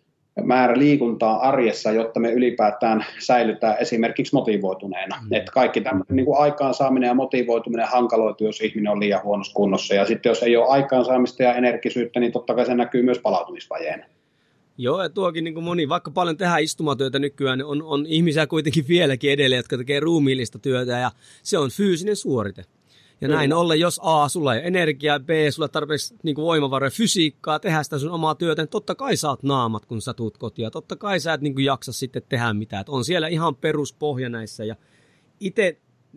määrä liikuntaa arjessa, jotta me ylipäätään säilytään esimerkiksi motivoituneena. Että kaikki tämmöinen niin kuin aikaansaaminen ja motivoituminen hankaloituu, jos ihminen on liian huonossa kunnossa. Ja sitten jos ei ole aikaansaamista ja energisyyttä, niin totta kai se näkyy myös palautumisvajeena. Joo, ja tuokin niin kuin moni, vaikka paljon tehdään istumatyötä nykyään, niin on ihmisiä kuitenkin vieläkin edelleen, jotka tekee ruumiillista työtä, ja se on fyysinen suorite. Ja näin ollen, jos A, sulla ei ole energiaa, B, sulla tarpeeksi niin voimavaroja, fysiikkaa, tehdä sitä sun omaa työtä, niin totta kai saat naamat, kun sä tuut kotiin. Totta kai sä et niin jaksa sitten tehdä mitään. Et on siellä ihan peruspohja näissä. Ja itse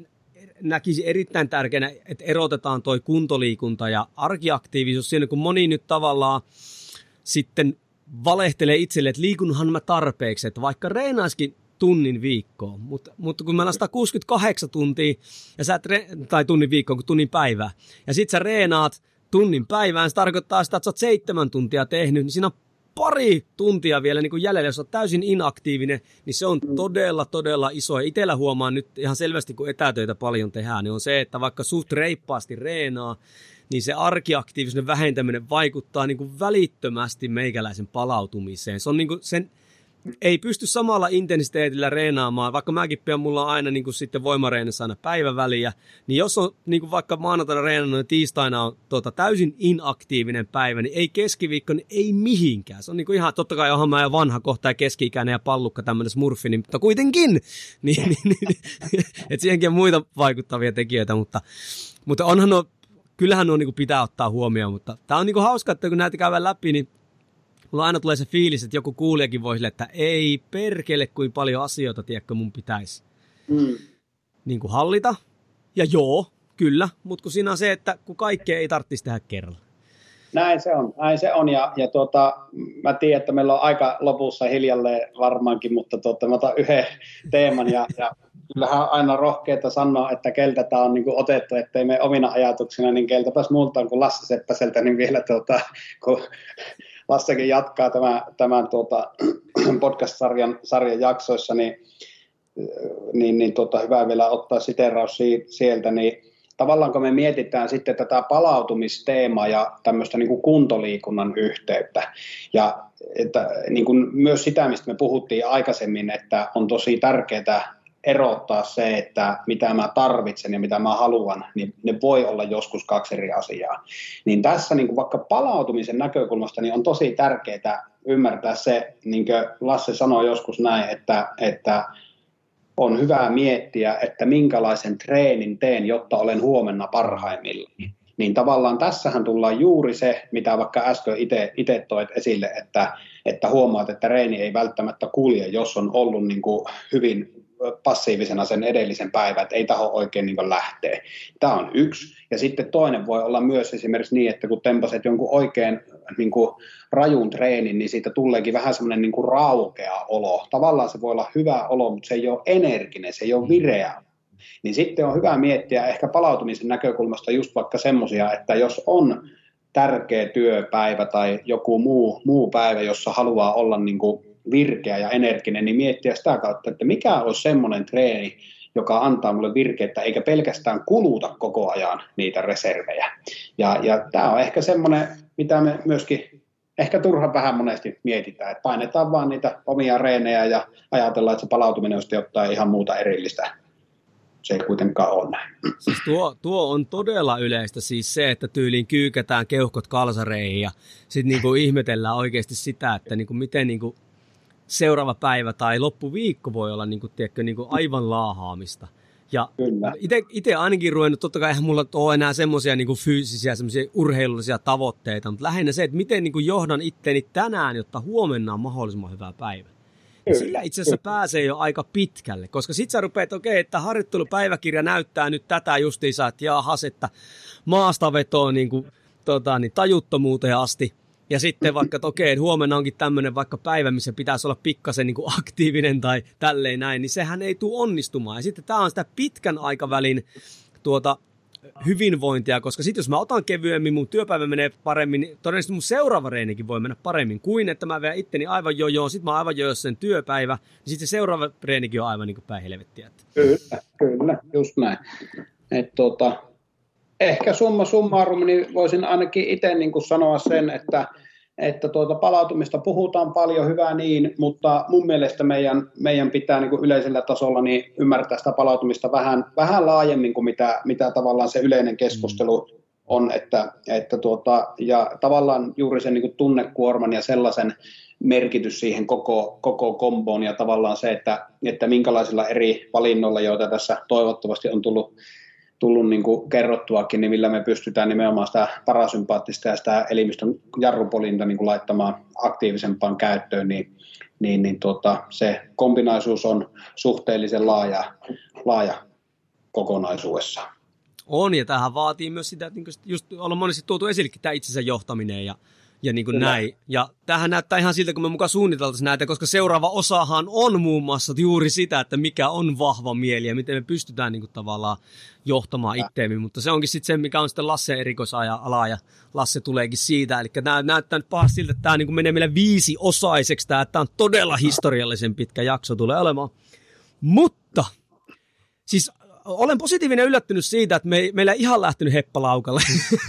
näkisin erittäin tärkeänä, että erotetaan toi kuntoliikunta ja arkiaktiivisuus siinä, kun moni nyt tavallaan sitten valehtelee itselle, että liikunhan mä tarpeeksi, että vaikka reenaiskin tunnin viikkoon, mutta kun meillä on 168 tuntia, ja tai tunnin viikkoon kuin tunnin päivää, ja sit sä reenaat tunnin päivään, se tarkoittaa sitä, että sä oot 7 tuntia tehnyt, niin siinä on pari tuntia vielä niin kuin jäljellä, jos oot täysin inaktiivinen, niin se on todella, todella iso. Ja itsellä huomaan nyt ihan selvästi, kun etätöitä paljon tehdään, niin on se, että vaikka suht reippaasti reenaa, niin se arkiaktiivisuuden vähentäminen vaikuttaa niin kuin välittömästi meikäläisen palautumiseen. Se on niin kuin ei pysty samalla intensiteetillä reenaamaan, vaikka mäkin pidän, mulla on aina niin kuin sitten voimareenassa aina päiväväliä, niin jos on niin kuin vaikka maanantaina reenannut ja tiistaina on täysin inaktiivinen päivä, niin ei keskiviikko, niin ei mihinkään. Se on niin kuin ihan, totta kai onhan mä jo vanha kohta ja keski-ikäinen ja pallukka tämmöinen smurfi, niin, mutta kuitenkin, että siihenkin on muita vaikuttavia tekijöitä, mutta kyllähän nuo niin kuin pitää ottaa huomioon, mutta tää on niin kuin hauska, että kun näitä käydään läpi, niin mulla aina tulee se fiilis, että joku kuulijakin voi sille, että ei perkele kuin paljon asioita, tiedätkö, mun pitäisi niin kuin hallita. Ja joo, kyllä, mutta kun siinä on se, että kun kaikkea ei tarvitsisi tehdä kerralla. Näin se on. Ja mä tiedän, että meillä on aika lopussa hiljalleen varmaankin, mutta mä otan yhden teeman ja kyllähän on aina rohkeaa sanoa, että keltä tämä on niin kuin otettu, ettei me omina ajatuksina, niin keltäpäs muulta kuin Lasse Seppäseltä, niin vielä kun Lassekin jatkaa tämän podcast-sarjan jaksoissa, niin hyvä vielä ottaa siteeraus sieltä, niin tavallaan kun me mietitään sitten tätä palautumisteemaa ja tämmöistä niin kuin kuntoliikunnan yhteyttä, ja että, niin kuin myös sitä, mistä me puhuttiin aikaisemmin, että on tosi tärkeää erottaa se, että mitä mä tarvitsen ja mitä mä haluan, niin ne voi olla joskus kaksi eri asiaa. Niin tässä niin kuin vaikka palautumisen näkökulmasta niin on tosi tärkeää ymmärtää se, niin kuin Lasse sanoi joskus näin, että on hyvä miettiä, että minkälaisen treenin teen, jotta olen huomenna parhaimmillani. Niin tavallaan tässähän tullaan juuri se, mitä vaikka äsken itse toit esille, että huomaat, että treeni ei välttämättä kulje, jos on ollut niin kuin hyvin passiivisena sen edellisen päivän, että ei taho oikein niin kuin lähteä. Tämä on yksi. Ja sitten toinen voi olla myös esimerkiksi niin, että kun tempaset jonkun oikein niin kuin rajun treenin, niin siitä tuleekin vähän semmoinen niin kuin raukea olo. Tavallaan se voi olla hyvä olo, mutta se ei ole energinen, se ei ole vireä. Niin sitten on hyvä miettiä ehkä palautumisen näkökulmasta just vaikka semmoisia, että jos on tärkeä työpäivä tai joku muu päivä, jossa haluaa olla niin kuin virkeä ja energinen, niin miettiä sitä kautta, että mikä olisi semmoinen treeni, joka antaa mulle virkeyttä, eikä pelkästään kuluta koko ajan niitä reservejä. Ja tämä on ehkä semmoinen, mitä me myöskin ehkä turhan vähän monesti mietitään, että painetaan vaan niitä omia reenejä ja ajatellaan, että se palautuminen on jotain ihan muuta erillistä. Se ei kuitenkaan ole näin. Siis tuo on todella yleistä, siis se, että tyyliin kyykätään keuhkot kalsareihin ja sitten niinku ihmetellään oikeasti sitä, että niinku miten niinku seuraava päivä tai loppuviikko voi olla niinku aivan laahaamista. Ja itse ainakin ruvennut, totta kai eihän mulla ole enää semmoisia niinku fyysisiä, semmoisia urheilullisia tavoitteita, mutta lähinnä se, että miten niinku johdan itteeni tänään, jotta huomenna on mahdollisimman hyvä päivä. Ja sillä itse asiassa pääsee jo aika pitkälle, koska sit sä rupeat, että harjoittelupäiväkirja näyttää nyt tätä justiinsa, että jaahas, että maastavetoon niin tajuttomuuteen asti. Ja sitten vaikka, että huomenna onkin tämmöinen vaikka päivä, missä pitäisi olla pikkasen niin kuin aktiivinen tai tälleen näin, niin sehän ei tule onnistumaan. Ja sitten tämä on sitä pitkän aikavälin hyvinvointia, koska sitten jos mä otan kevyemmin, mun työpäivä menee paremmin, niin todennäköisesti mun seuraava reenikin voi mennä paremmin kuin, että mä vedän itteni aivan jojoon, sitten mä aivan jojoon sen työpäivä, niin sitten se seuraava reenikin on aivan niin kuin päin helvettiä. Kyllä, just näin. Ehkä summa summarum, niin voisin ainakin itse niin kuin sanoa sen, että palautumista puhutaan paljon, hyvä niin, mutta mun mielestä meidän pitää niin kuin yleisellä tasolla niin ymmärtää sitä palautumista vähän laajemmin kuin mitä tavallaan se yleinen keskustelu on, ja tavallaan juuri sen niin kuin tunnekuorman ja sellaisen merkitys siihen koko komboon ja tavallaan se, että minkälaisilla eri valinnoilla, joita tässä toivottavasti on tullut niin kuin kerrottuakin, niin millä me pystytään nimenomaan sitä parasympaattista ja sitä elimistön jarrupolinta niin kuin laittamaan aktiivisempaan käyttöön, niin se kombinaisuus on suhteellisen laaja kokonaisuudessaan. On, ja tämähän vaatii myös sitä, että just ollaan monesti tuotu esillekin tämä itsensä johtaminen ja niin kuin näin. Ja tämähän näyttää ihan siltä, kun me mukaan suunniteltaisiin näitä, koska seuraava osahan on muun muassa juuri sitä, että mikä on vahva mieli ja miten me pystytään niin kuin tavallaan johtamaan itteemme. Mutta se onkin sitten se, mikä on sitten Lassen erikoisala ja Lasse tuleekin siitä. Eli tämä näyttää nyt pahasti siltä, että tämä niin kuin menee meille 5-osaiseksi. Tämä on todella historiallisen pitkä jakso tulee olemaan. Mutta siis olen positiivinen yllättynyt siitä, että meillä ei ihan lähtenyt heppalaukalle.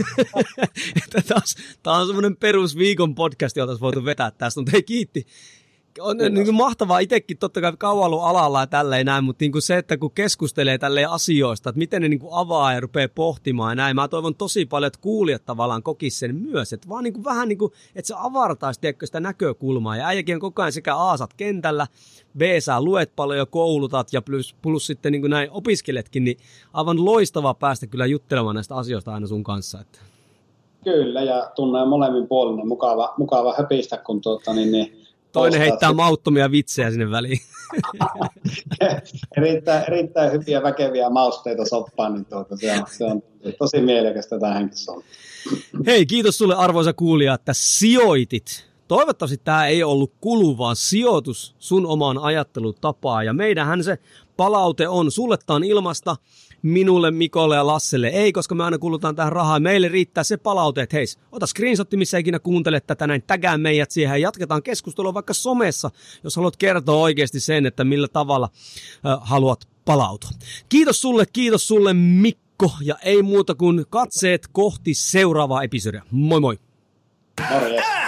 Tämä on semmoinen perus viikon podcast, jota olisi voitu vetää tästä, mutta hei kiitti. On niin kuin mahtavaa itsekin, totta kai kauan ollut alalla ja tälleen näin, mutta niin kuin se, että kun keskustelee tälleen asioista, että miten ne niin kuin avaa ja rupeaa pohtimaan ja näin, mä toivon tosi paljon, että kuulijat tavallaan kokisivat sen myös, että vaan niin kuin vähän niin kuin, että se avartaisi sitä näkökulmaa ja äijäkin on koko ajan sekä A-sat kentällä, B-sää luet paljon ja koulutat ja plus sitten niin kuin näin opiskeletkin, niin aivan loistavaa päästä kyllä juttelemaan näistä asioista aina sun kanssa. Että. Kyllä ja tunnen molemmin puolin, mukava höpistä, kun toinen heittää mauttomia vitsejä sinne väliin. erittäin hyviä väkeviä mausteita soppaan, niin se on tosi mielekästä tähänkin on. Hei, kiitos sulle arvoisa kuulija, että sijoitit. Toivottavasti tämä ei ollut kulu, vaan sijoitus sun omaan ajattelutapaan. Ja meidänhän se palaute on, sulle tää on ilmasta, minulle, Mikolle ja Lasselle ei, koska me aina kulutaan tähän rahaa. Meille riittää se palaute, että hei, ota screenshotti, missä ikinä kuuntelet tätä näin, tägää meidät siihen ja jatketaan keskustelua vaikka somessa, jos haluat kertoa oikeasti sen, että millä tavalla haluat palautua. Kiitos sulle Mikko. Mikko, ja ei muuta kuin katseet kohti seuraavaa episodia. Moi moi! Morjens!